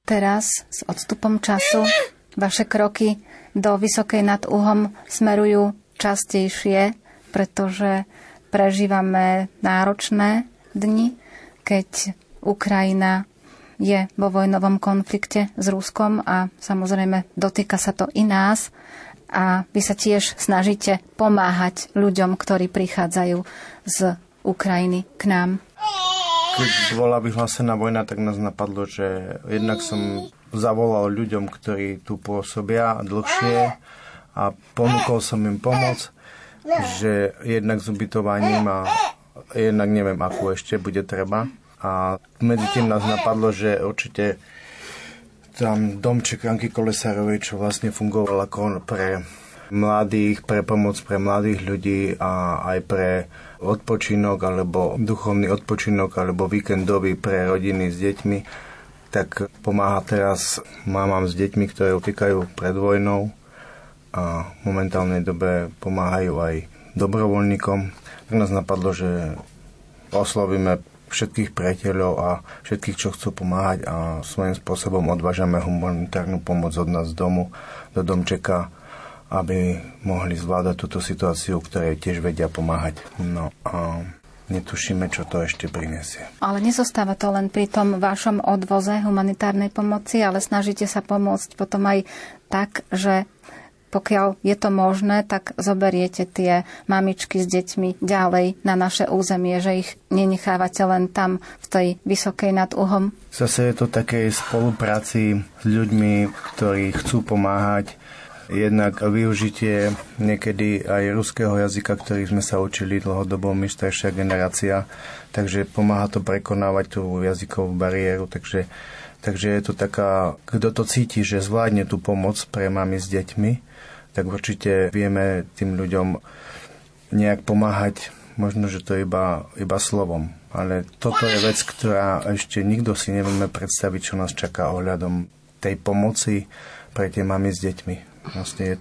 teraz s odstupom času vaše kroky do Vysokej nad Uhom smerujú častejšie, pretože prežívame náročné dni, keď Ukrajina je vo vojnovom konflikte s Ruskom a samozrejme dotýka sa to i nás a vy sa tiež snažíte pomáhať ľuďom, ktorí prichádzajú z Ukrajiny k nám. Keď bola vyhlásená vojna, tak nás napadlo, že jednak som zavolal ľuďom, ktorí tu pôsobia dlhšie a ponúkol som im pomoc, že jednak s ubytovaním a jednak neviem, akú ešte bude treba. A medzi tým nás napadlo, že určite tam domček Anky Kolesárovej, čo vlastne fungoval ako pre mladých, pre pomoc pre mladých ľudí a aj pre odpočinok alebo duchovný odpočinok alebo víkendový pre rodiny s deťmi, tak pomáha teraz mámam s deťmi, ktoré utekajú pred vojnou a v momentálnej dobe pomáhajú aj dobrovoľníkom. Tak nás napadlo, že oslovíme všetkých priateľov a všetkých, čo chcú pomáhať a svojím spôsobom odvážame humanitárnu pomoc od nás z domu do domčeka, aby mohli zvládať túto situáciu, ktorej tiež vedia pomáhať. No a netušíme, čo to ešte prinesie. Ale nezostáva to len pri tom vašom odvoze humanitárnej pomoci, ale snažíte sa pomôcť potom aj tak, že pokiaľ je to možné, tak zoberiete tie mamičky s deťmi ďalej na naše územie, že ich nenechávate len tam v tej Vysokej nad Uhom. Zase je to takej spolupráci s ľuďmi, ktorí chcú pomáhať. Jednak využitie niekedy aj ruského jazyka, ktorý sme sa učili dlhodobo, my staršia generácia, takže pomáha to prekonávať tú jazykovú bariéru, takže je to taká, kto to cíti, že zvládne tú pomoc pre mami s deťmi, tak určite vieme tým ľuďom nejak pomáhať, možno, že to iba slovom. Ale toto je vec, ktorá ešte nikto si nevieme predstaviť, čo nás čaká ohľadom tej pomoci pre tie mami s deťmi. Vlastne je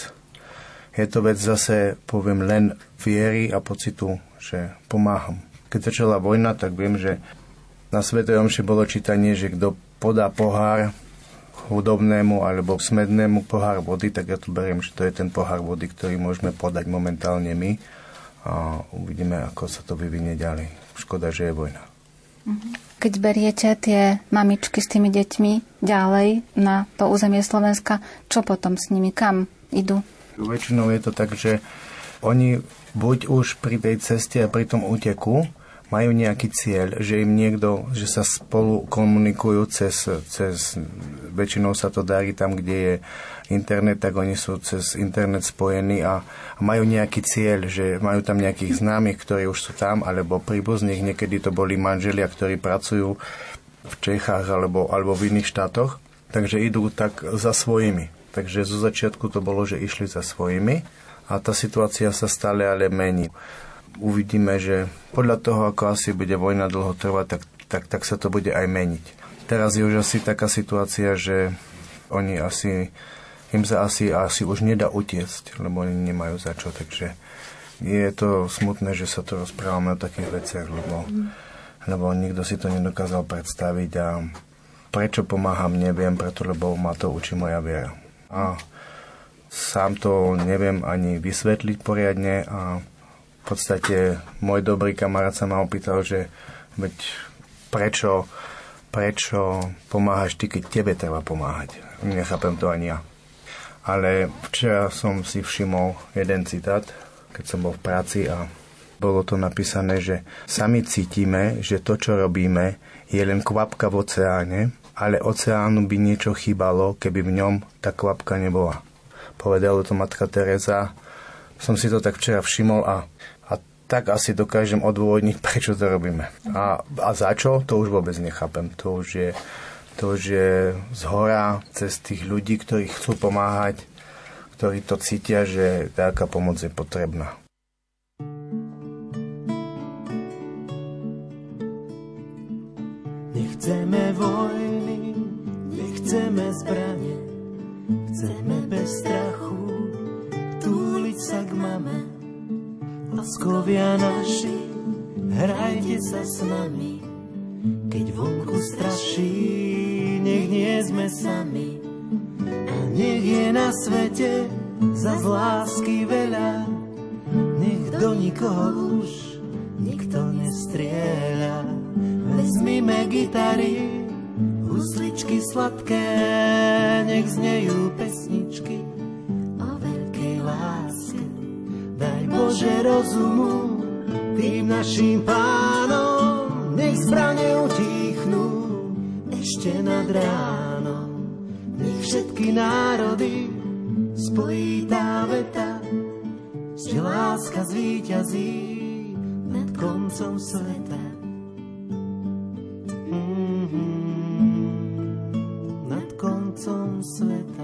to vec zase, poviem, len viery a pocitu, že pomáham. Keď začala vojna, tak viem, že na svätej omši bolo čítanie, že kto podá pohár chudobnému alebo smednému pohár vody, tak ja tu beriem, že to je ten pohár vody, ktorý môžeme podať momentálne my a uvidíme, ako sa to vyvinie ďalej. Škoda, že je vojna. Keď beriete tie mamičky s tými deťmi ďalej na to územie Slovenska, čo potom s nimi? Kam idú? Väčšinou je to tak, že oni buď už pri tej ceste a pri tom úteku majú nejaký cieľ, že im niekto, že sa spolu komunikujú cez väčšinou sa to darí tam, kde je internet, tak oni sú cez internet spojení a majú nejaký cieľ, že majú tam nejakých známych, ktorí už sú tam, alebo príbuzných, niekedy to boli manželia, ktorí pracujú v Čechách alebo v iných štátoch, takže idú tak za svojimi. Takže zo začiatku to bolo, že išli za svojimi a tá situácia sa stále ale mení. Uvidíme, že podľa toho, ako asi bude vojna dlho trvať, tak sa to bude aj meniť. Teraz je už asi taká situácia, že im sa asi už nedá utiecť, lebo oni nemajú za čo, takže je to smutné, že sa to rozprávame o takých veciach, lebo nikto si to nedokázal predstaviť a prečo pomáham, neviem, lebo ma to učí moja viera. A sám to neviem ani vysvetliť poriadne a v podstate môj dobrý kamarát sa ma opýtal, že veď prečo pomáhaš ty, keď tebe treba pomáhať. Nechápem to ani ja. Ale včera som si všimol jeden citát, keď som bol v práci a bolo to napísané, že sami cítime, že to, čo robíme, je len kvapka v oceáne, ale oceánu by niečo chýbalo, keby v ňom tá kvapka nebola. Povedala to matka Teresa. Som si to tak včera všimol a tak asi dokážem odôvodniť, prečo to robíme. A za čo? To už vôbec nechápem. To už je zhora cez tých ľudí, ktorí chcú pomáhať, ktorí to cítia, že taká pomoc je potrebná. Nechceme vojny, nechceme zbrane, chceme bez strachu túliť sa k mame. Láskovia naši, hrajte sa s nami, keď vonku straší, nech nie sme sami. A nech je na svete za lásky veľa, nech do nikoho už nikto nestrieľa. Vezmime gitary, husličky sladké, nech znejú pesničky o veľkej láske. Daj Bože rozumu tým našim pánom, nech zbrane utíchnú ešte nad ránom. Nech všetky národy spojí tá veta, že láska zvíťazí nad koncom sveta. Nad koncom sveta.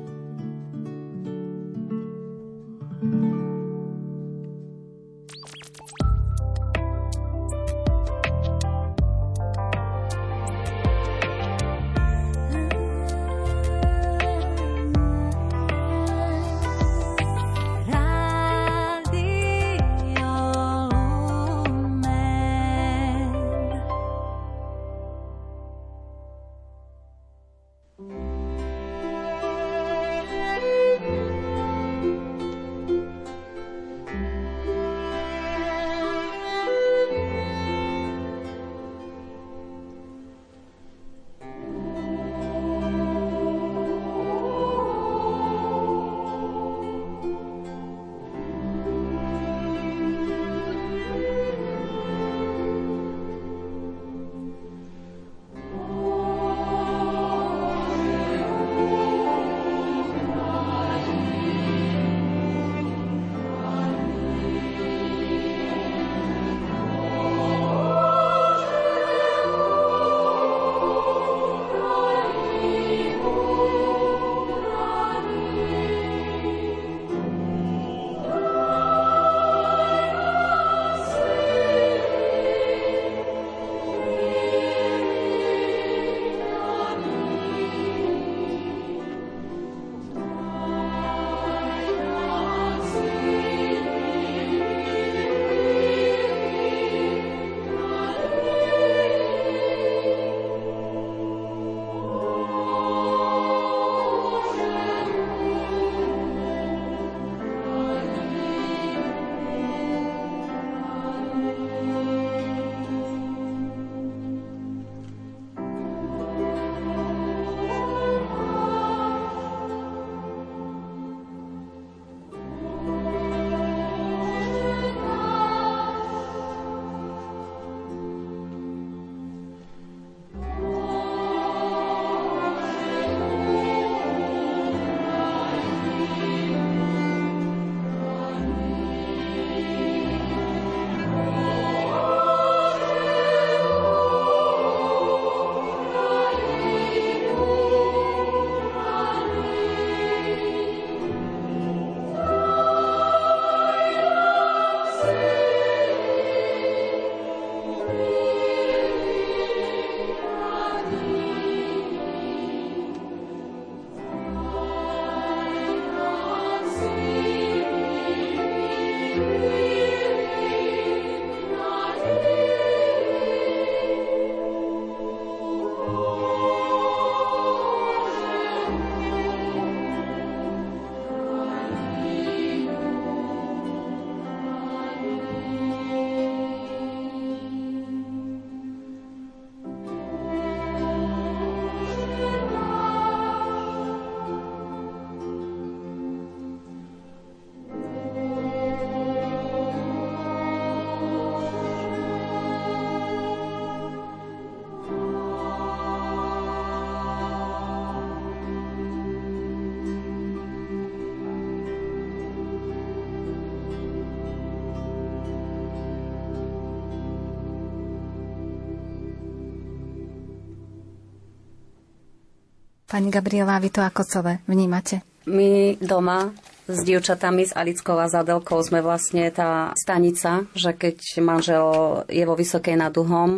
Pani Gabriela, vy to ako celé vnímate? My doma s dievčatami, s Alickou a Zadelkou sme vlastne tá stanica, že keď manžel je vo Vysokej nad Uhom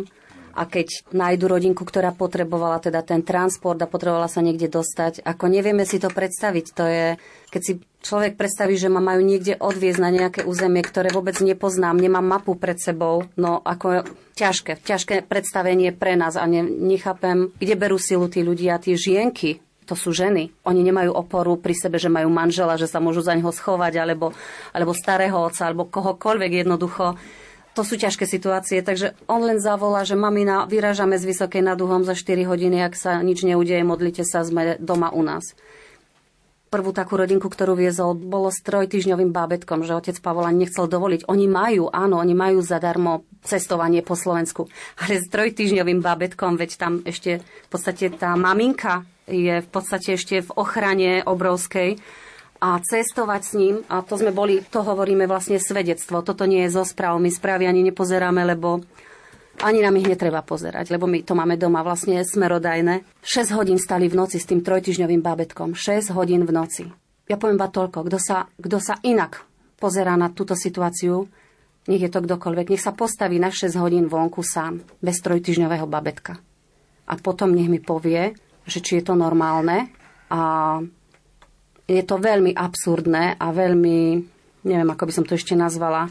A keď nájdu rodinku, ktorá potrebovala teda ten transport a potrebovala sa niekde dostať, ako nevieme si to predstaviť. To je, keď si človek predstaví, že ma majú niekde odviezť na nejaké územie, ktoré vôbec nepoznám, nemám mapu pred sebou, no ako ťažké predstavenie pre nás a nechápem, kde berú silu tí ľudia, tie žienky. To sú ženy. Oni nemajú oporu pri sebe, že majú manžela, že sa môžu za neho schovať, alebo starého otca, alebo kohokoľvek jednoducho. To sú ťažké situácie, takže on len zavolá, že mamina, vyrážame z Vysokej nad Uhom za 4 hodiny, ak sa nič neudeje, modlite sa, sme doma u nás. Prvú takú rodinku, ktorú viezol, bolo s 3-týždňovým bábätkom, že otec Pavol ani nechcel dovoliť. Oni majú zadarmo cestovanie po Slovensku, ale s 3-týždňovým bábätkom, veď tam ešte v podstate tá maminka je v podstate ešte v ochrane obrovskej. A cestovať s ním, a to hovoríme vlastne svedectvo. Toto nie je zo správ, my správy ani nepozeráme, lebo ani nám ich netreba pozerať, lebo my to máme doma vlastne smerodajné. 6 hodín stali v noci s tým 3-týždňovým bábätkom. 6 hodín v noci. Ja poviem iba toľko, kto sa inak pozerá na túto situáciu, nech je to kdokoľvek, nech sa postaví na 6 hodín vonku sám, bez 3-týždňového bábätka. A potom nech mi povie, že či je to normálne a je to veľmi absurdné a veľmi, neviem, ako by som to ešte nazvala,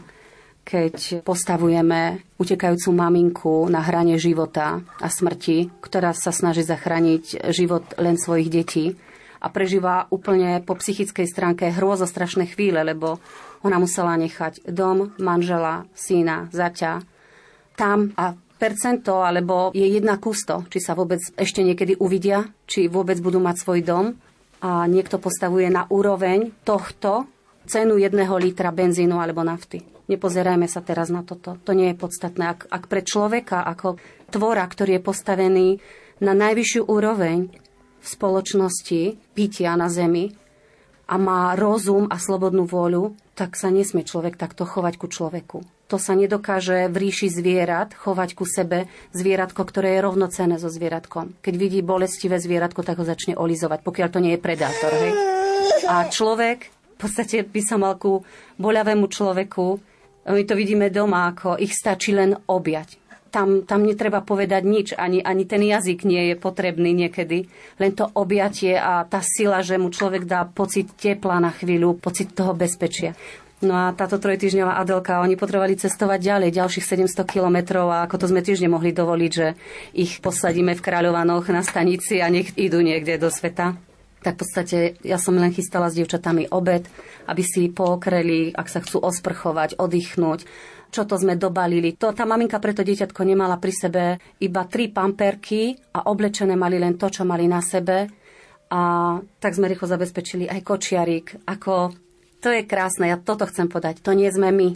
keď postavujeme utekajúcu maminku na hrane života a smrti, ktorá sa snaží zachrániť život len svojich detí a prežíva úplne po psychickej stránke hrôzostrašné chvíle, lebo ona musela nechať dom, manžela, syna, zaťa tam a percento, alebo je 1:100, či sa vôbec ešte niekedy uvidia, či vôbec budú mať svoj dom. A niekto postavuje na úroveň tohto cenu 1 litra benzínu alebo nafty. Nepozerajme sa teraz na toto. To nie je podstatné. Ak pre človeka, ako tvora, ktorý je postavený na najvyššiu úroveň v spoločnosti bytia na zemi a má rozum a slobodnú vôľu, tak sa nesmie človek takto chovať ku človeku. To sa nedokáže v ríši zvierat chovať ku sebe zvieratko, ktoré je rovnocenné so zvieratkom. Keď vidí bolestivé zvieratko, tak ho začne olizovať, pokiaľ to nie je predátor. Hej? A človek v podstate by sa mal ku boľavému človeku, my to vidíme doma, ako ich stačí len objať. Tam netreba povedať nič, ani ten jazyk nie je potrebný niekedy. Len to objatie a tá sila, že mu človek dá pocit tepla na chvíľu, pocit toho bezpečia. No a táto 3-týždňová Adelka, oni potrebovali cestovať ďalej, ďalších 700 kilometrov a ako to sme tiež nemohli dovoliť, že ich posadíme v Kráľovanoch na stanici a nech idú niekde do sveta. Tak v podstate ja som len chystala s dievčatami obed, aby si pookreli, ak sa chcú osprchovať, oddychnúť. Čo to sme dobalili. Tá maminka pre to dieťatko nemala pri sebe iba 3 pamperky a oblečené mali len to, čo mali na sebe. A tak sme rýchlo zabezpečili aj kočiarik, to je krásne, ja toto chcem podať. To nie sme my.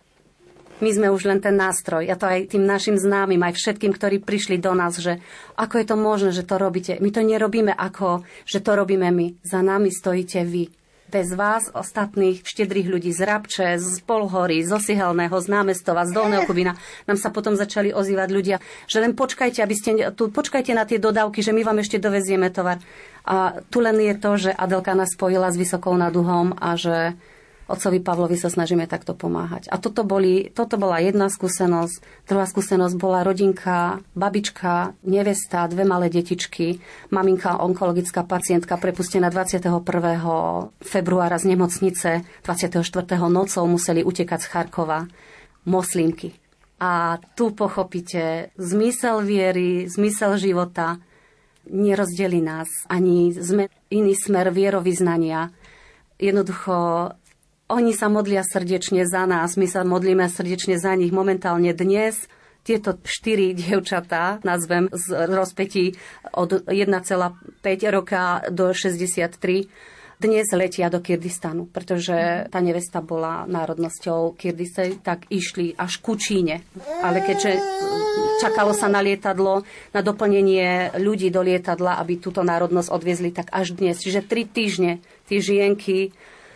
My sme už len ten nástroj. Ja to aj tým našim známym, aj všetkým, ktorí prišli do nás, že ako je to možné, že to robíte. My to nerobíme ako, že to robíme my. Za nami stojíte vy. Bez vás, ostatných štedrých ľudí z Rabče, z Polhory, z Osihelného, z Námestova, z Dolného Kubína, nám sa potom začali ozývať ľudia, že len počkajte, počkajte na tie dodávky, že my vám ešte dovezieme tovar. A tu len je to, že Adelka nás spojila s Vysokou nad Uhom a že otcovi Pavlovi sa snažíme takto pomáhať. A toto bola jedna skúsenosť. Druhá skúsenosť bola rodinka, babička, nevesta, 2 malé detičky, maminka, onkologická pacientka, prepustená 21. februára z nemocnice, 24. nocou museli utekať z Charkova, moslimky. A tu pochopíte zmysel viery, zmysel života, nerozdelí nás, ani sme iný smer vierovyznania. Jednoducho oni sa modlia srdečne za nás, my sa modlíme srdečne za nich. Momentálne dnes tieto 4 dievčatá, nazvem z rozpätí od 1,5 roka do 63, dnes letia do Kyrgyzstanu, pretože tá nevesta bola národnosťou Kyrgyzstej, tak išli až ku Číne. Ale keďže čakalo sa na lietadlo, na doplnenie ľudí do lietadla, aby túto národnosť odviezli, tak až dnes. Čiže 3 týždne tie žienky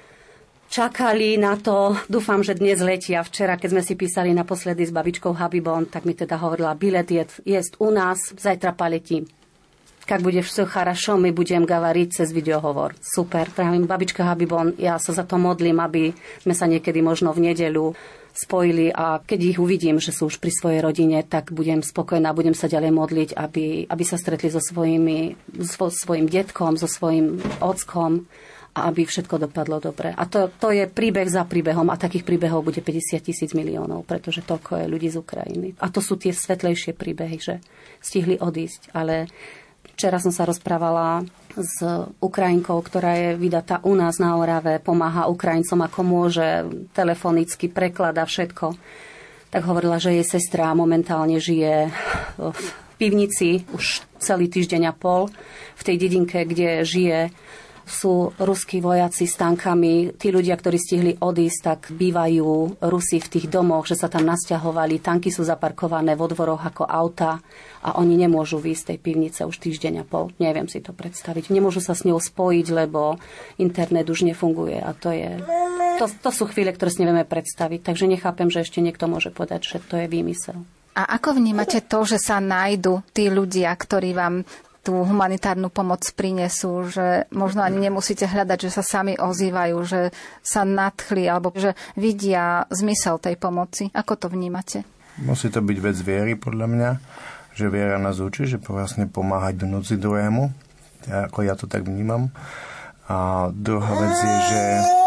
čakali na to, dúfam, že dnes letia. Včera, keď sme si písali naposledy s babičkou Habibon, tak mi teda hovorila, bilet je u nás, zajtra poletím. Как budeš все хорошо, my budem hovoriť cez videohovor. Super, pravím, babička Habibon, ja sa za to modlím, aby sme sa niekedy možno v nedeľu spojili a keď ich uvidím, že sú už pri svojej rodine, tak budem spokojná, budem sa ďalej modliť, aby sa stretli so svojím detkom, so svojím ockom a aby všetko dopadlo dobre. A to je príbeh za príbehom a takých príbehov bude 50 000 miliónov, pretože toľko je ľudí z Ukrajiny. A to sú tie svetlejšie príbehy, že stihli odísť. Ale včera som sa rozprávala s Ukrajinkou, ktorá je vydatá u nás na Orave, pomáha Ukrajincom ako môže, telefonicky prekladá všetko. Tak hovorila, že jej sestra momentálne žije v pivnici už celý týždeň a pol v tej dedinke, kde žije. Sú ruskí vojaci s tankami. Tí ľudia, ktorí stihli odísť, tak bývajú Rusi v tých domoch, že sa tam nasťahovali. Tanky sú zaparkované vo dvoroch ako auta a oni nemôžu výjsť z tej pivnice už týždeň a pol. Neviem si to predstaviť. Nemôžu sa s ňou spojiť, lebo internet už nefunguje a to sú chvíle, ktoré si nevieme predstaviť. Takže nechápem, že ešte niekto môže povedať, že to je výmysel. A ako vnímate to, že sa nájdu tí ľudia, ktorí vám tú humanitárnu pomoc prinesú, že možno ani nemusíte hľadať, že sa sami ozývajú, že sa nadchli, alebo že vidia zmysel tej pomoci. Ako to vnímate? Musí to byť vec viery, podľa mňa, že viera nás učí, že vlastne pomáhať vnúci druhému, ako ja to tak vnímam. A druhá vec je, že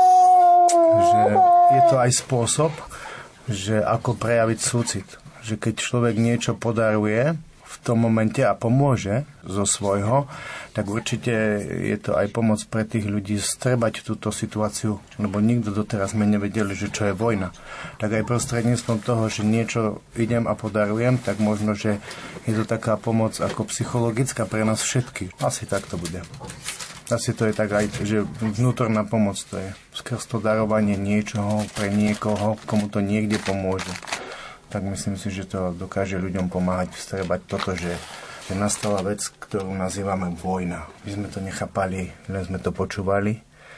je to aj spôsob, že ako prejaviť súcit. Že keď človek niečo podaruje v tom momente a pomôže zo svojho, tak určite je to aj pomoc pre tých ľudí strebať túto situáciu, lebo nikto doteraz sme nevedeli, že čo je vojna. Tak aj prostredníctvom toho, že niečo idem a podarujem, tak možno, že je to taká pomoc ako psychologická pre nás všetkých. Asi tak to bude. Asi to je tak aj, že vnútorná pomoc to je. Skrz to darovanie niečoho pre niekoho, komu to niekde pomôže. Tak myslím si, že to dokáže ľuďom pomáhať vstrebať toto, že nastala vec, ktorú nazývame vojna. My sme to nechápali, len sme to počúvali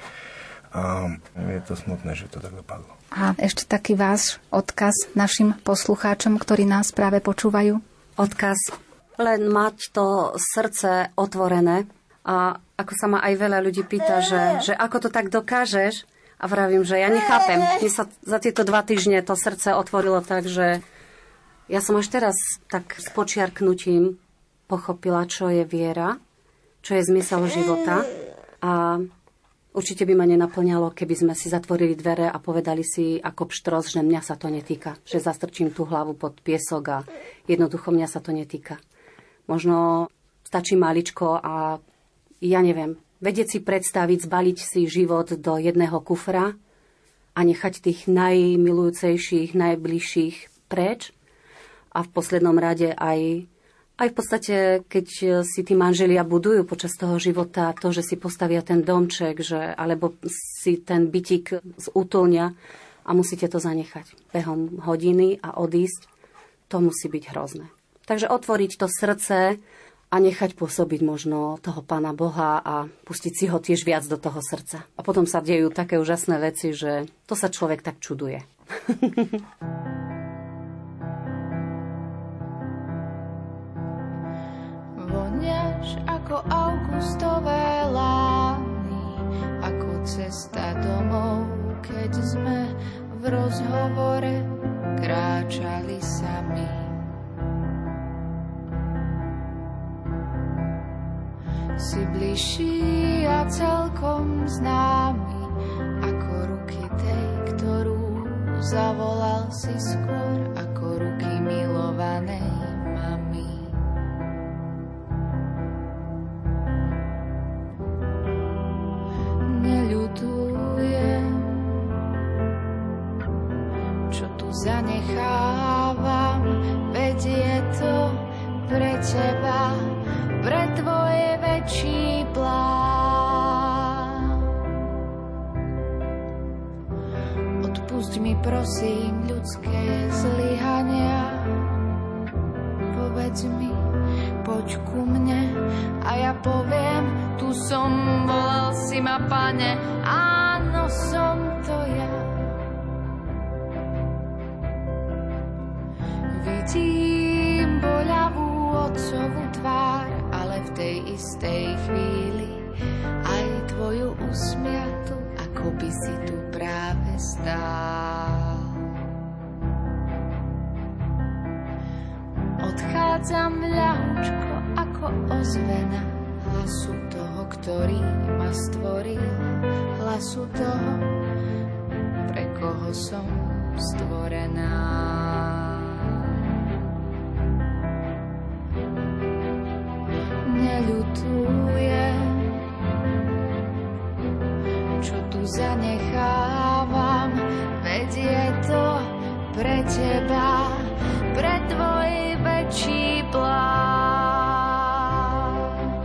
a je to smutné, že to tak dopadlo. A ešte taký váš odkaz našim poslucháčom, ktorí nás práve počúvajú? Odkaz len mať to srdce otvorené a ako sa ma aj veľa ľudí pýta, že ako to tak dokážeš? A vravím, že ja nechápem. Mne sa za tieto 2 týždne to srdce otvorilo tak, že ja som až teraz tak s počiarknutím pochopila, čo je viera, čo je zmysel života. A určite by ma nenaplňalo, keby sme si zatvorili dvere a povedali si ako pštros, že mňa sa to netýka. Že zastrčím tú hlavu pod piesok a jednoducho mňa sa to netýka. Možno stačí maličko a ja neviem, vedieť si predstaviť, zbaliť si život do jedného kufra a nechať tých najmilujúcejších, najbližších preč. A v poslednom rade aj v podstate, keď si tí manželia budujú počas toho života to, že si postavia ten domček, alebo si ten bytík zútulnia a musíte to zanechať behom hodiny a odísť, to musí byť hrozné. Takže otvoriť to srdce a nechať pôsobiť možno toho Pána Boha a pustiť si ho tiež viac do toho srdca. A potom sa dejú také úžasné veci, že to sa človek tak čuduje. Voniaš ako augustové lány, ako cesta domov, keď sme v rozhovore kráčali sami. Si bližší a celkom známy ako ruky tej, ktorú zavolal si skôr ako ruky milovanej mamy. Neľutujem, čo tu zanechávam, veď je to pre teba, pre tvoje väčší plán. Odpusť mi prosím ľudské zlyhania, povedz mi, poď ku mne a ja poviem, tu som, volal si ma Pane, áno, som to ja. Vidím boľavú otcovú tvár, ale v tej istej chvíli aj tvoju usmiatu, ako by si tu práve stál. nachádzam ľahučko ako ozvena hlasu toho, ktorý ma stvoril, hlasu toho, pre koho som stvorená. Neľutujem, čo tu zanechávam, veď je to pre teba, pre tvoj väčší plán.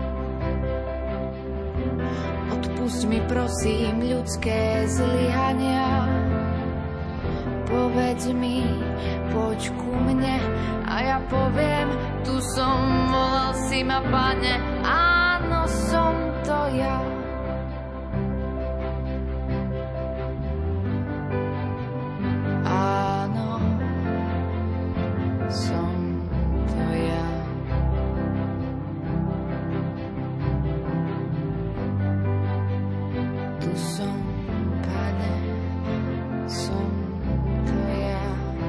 Odpusť mi prosím ľudské zlyhania, povedz mi, poď ku mne a ja poviem, tu som, volal si ma, Pane, áno, som to ja. Áno, som to ja. Tu som, Pane, som to ja.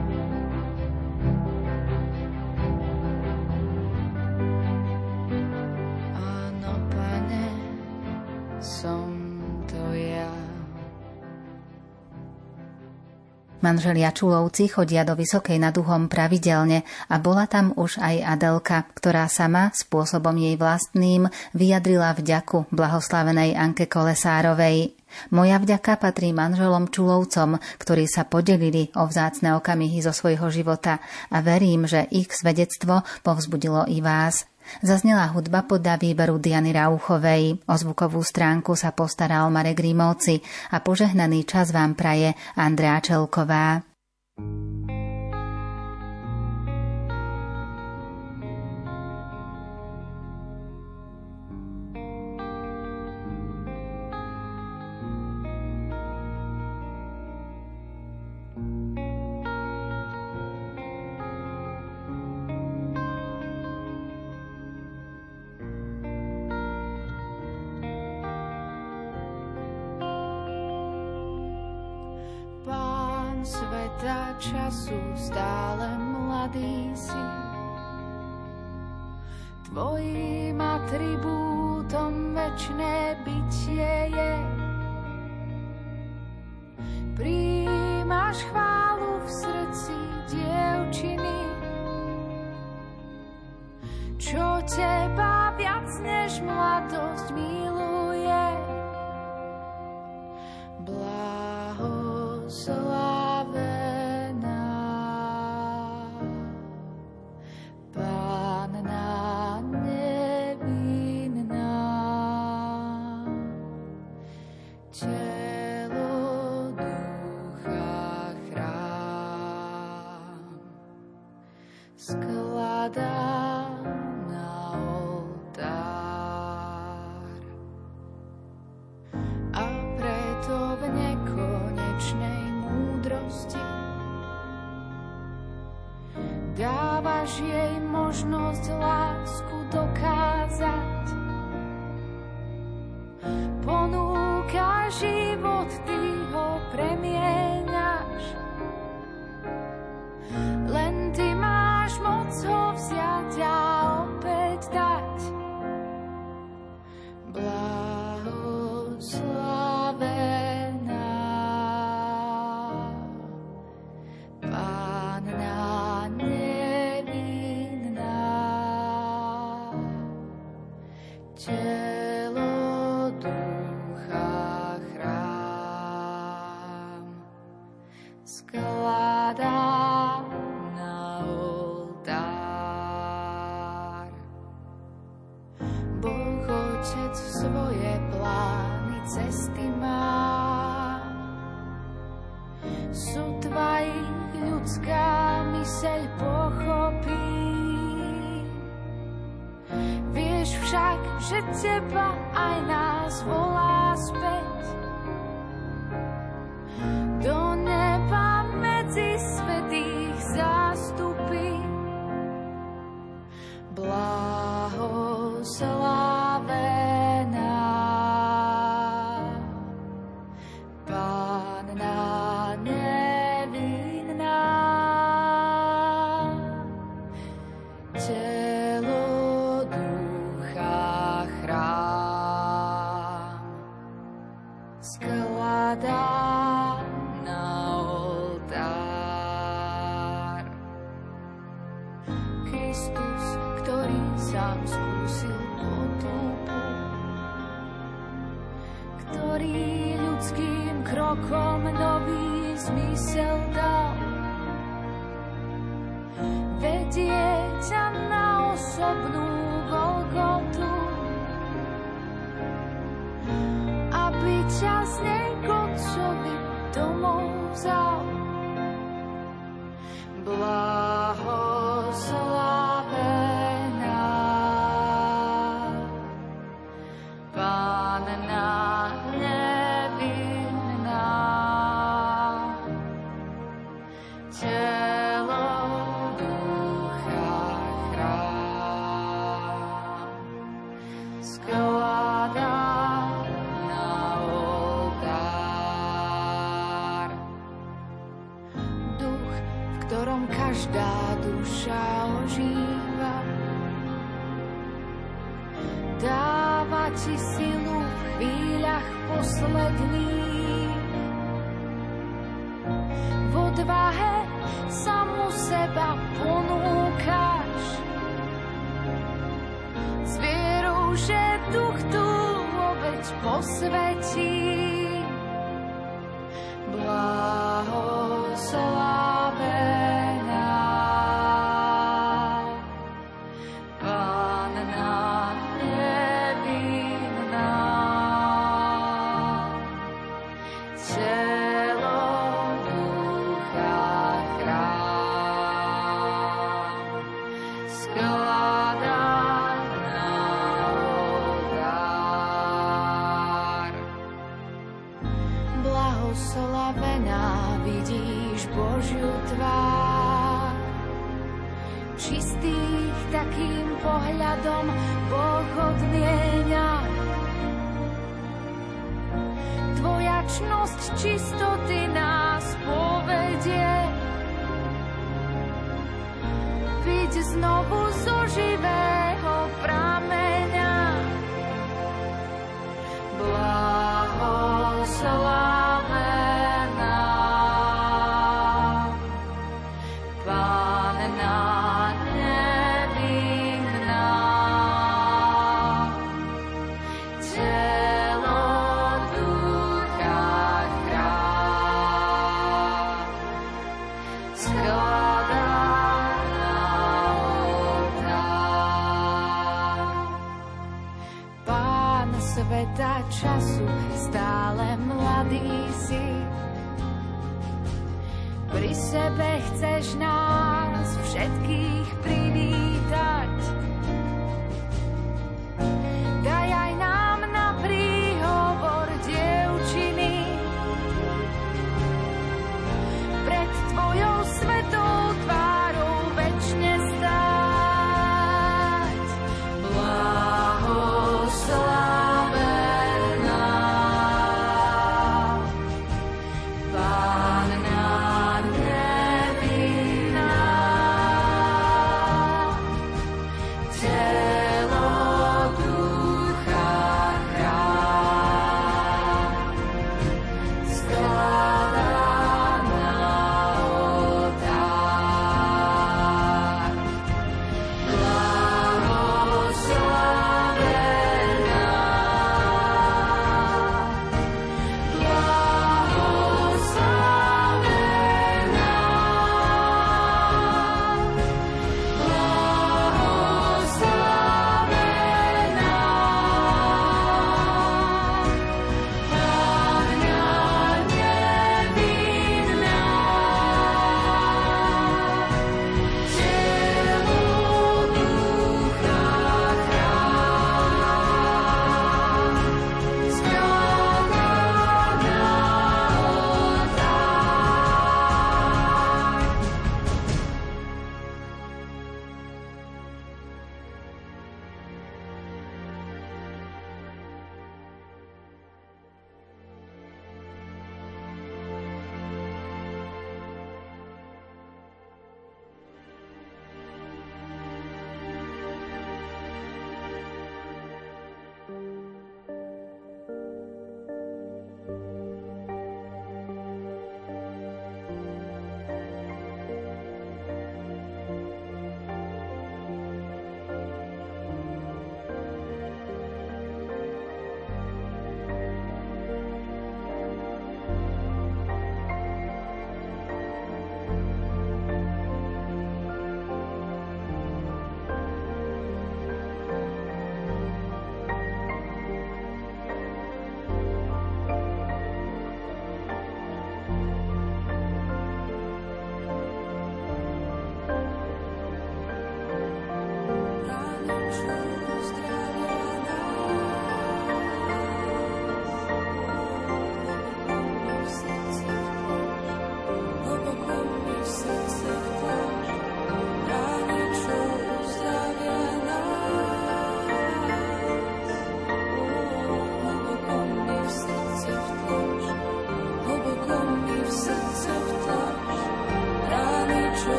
Áno, Pane, som to ja. Manželia Čulovci chodia do Vysokej nad Uhom pravidelne a bola tam už aj Adelka, ktorá sama spôsobom jej vlastným vyjadrila vďaku blahoslavenej Anke Kolesárovej. Moja vďaka patrí manželom Čulovcom, ktorí sa podelili o vzácne okamihy zo svojho života a verím, že ich svedectvo povzbudilo i vás. Zaznela hudba podľa výberu Diany Rauchovej. O zvukovú stránku sa postaral Marek Rímovci a požehnaný čas vám praje Andrea Čelková. Sveta času stále mladý si, tvojím atribútom večné bytie je. Prijímaš chválu v srdci dievčiny, čo teba viac než mladosť miluje. Blahoslavená Panna nevinná, telo, ducha, chrám skladá na oltár. A preto v nekonečnej múdrosti dávaš jej možnosť lásku dokázať. Ponúka život, ty ho premieňaš. Len ty máš moc ho vziať a opäť dať. Blahoslavená Panna nevinná, telo, ducha, chrám skladá na oltár. Boh Otec svoje plány cesty má, sotva ich ľudská myseľ pochopí. Vieš však, že teba aj nás volá späť do neba medzi svätých zástupy. Blahoslavená Panna nevinná, telo, ktorý ľudským krokom nový zmysel dal. Vedie ťa na osobnú Golgotu, aby ťa z nej k Otcovi domov vzal. Blahoslavená Panna nevinná, telo, ducha, chrám skladá na oltár. Duch, v ktorom každá duša ožíva, dáva ti silu v chvíľach posledných. V odvahe samu seba ponúkaš, s vierou, že duch tú obeť posvetí. Blahoslavená Panna nevinná, telo, ducha, chrám skladá na oltár. Blahoslavená, vidíš Božiu tvár, čistých takým pohľadom Boh odmienia. Tvoja čnosť čistoty nás povedie, piť znovu zo živého prameňa. Blahoslavená Panna nevinná, telo, ducha, chrám skladá na oltár. Pán sveta času, stále mladý si, pri sebe chceš nás všetkých privítať. Daj aj nám na príhovor, dievčiny, pred tvojou svetou tvárou večne stáť. Blahoslavená Panna nevinná,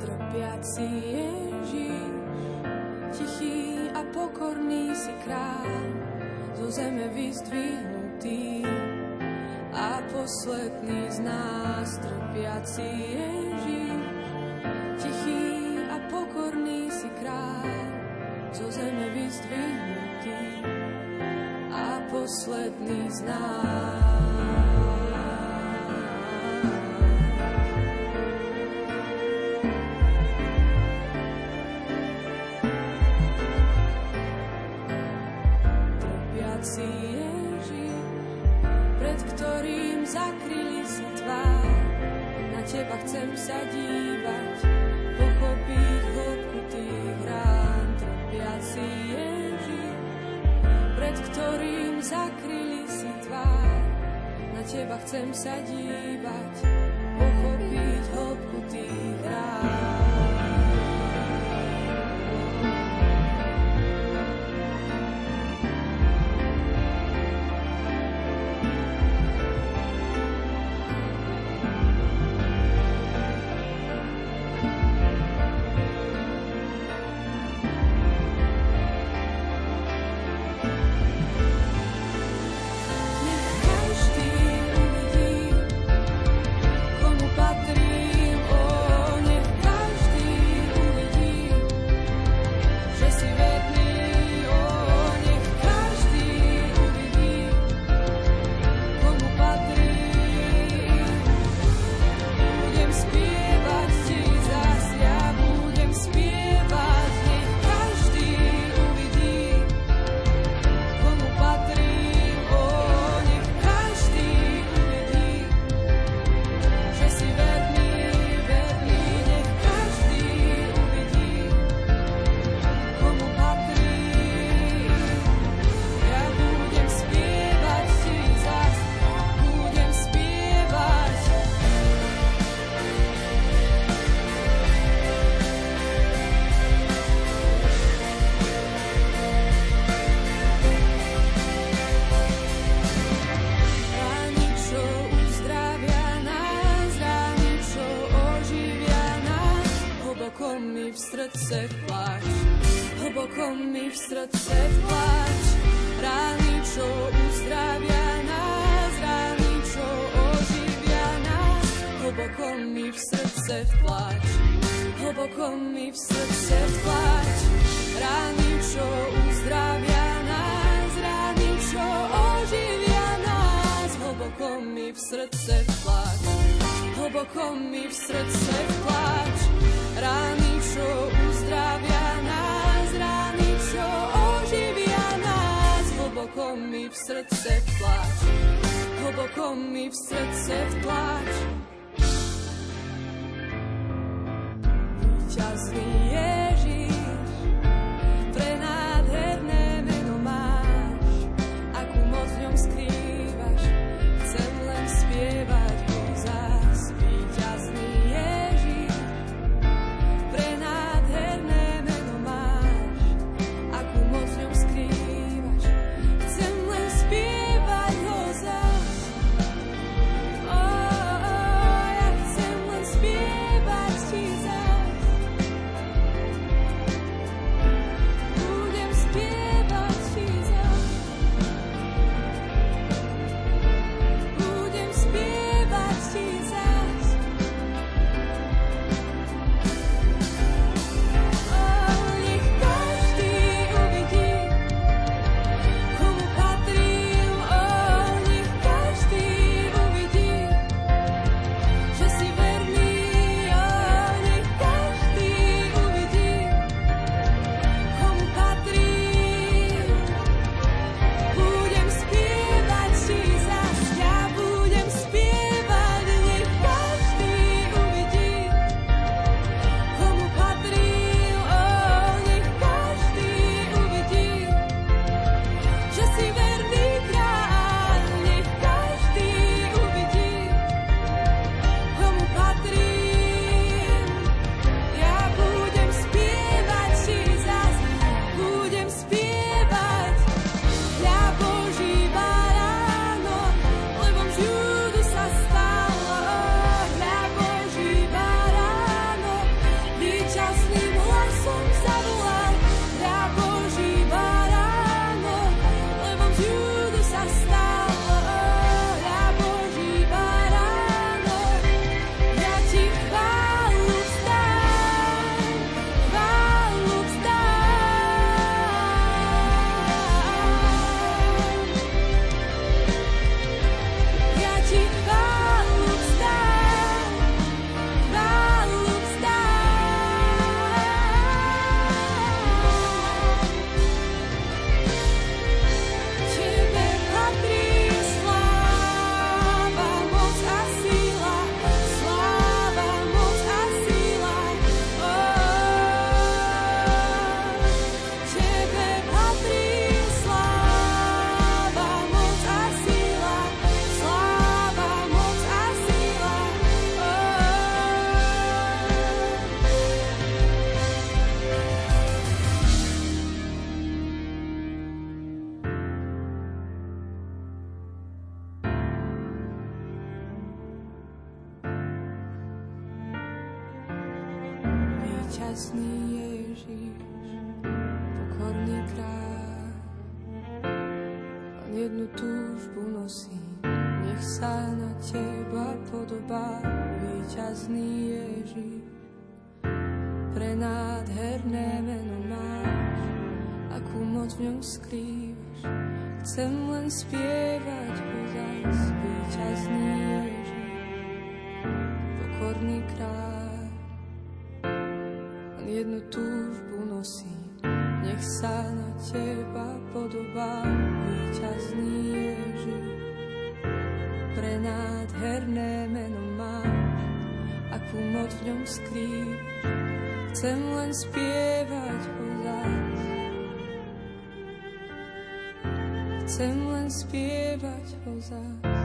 Tropiaci Ježiš, tichý a pokorný si kráľ, zo zeme vyzdvihnutý a posledný z nás. Tropiaci Ježiš, tichý a pokorný si kráľ, zo zeme vyzdvihnutý a posledný z nás. Tropiaci Ježiš, pred ktorým zakryli si tvár, na teba chcem sa dívať, pochopiť hĺbku tých rán. Tropiaci Ježiš, pred ktorým zakryli si tvár, na teba chcem sa dívať, pochopiť hĺbku tých rán. Chcem len spievať ho zás. víťazný Ježiš, pokorný kráľ. Len jednu túžbu nosí, nech sa na teba podobá, víťazný Ježiš. Prenádherné meno máš, akú moc v ňom skrývaš. Chcem len spievať ho zas, víťazný Ježiš, pokorný kráľ. Len jednu túžbu nosí, nech sa na teba podobá, víťazný Ježiš. Prenádherné meno máš, akú moc v ňom skrývaš. Chcem len spievať ho zas. Chcem len spievať ho zas.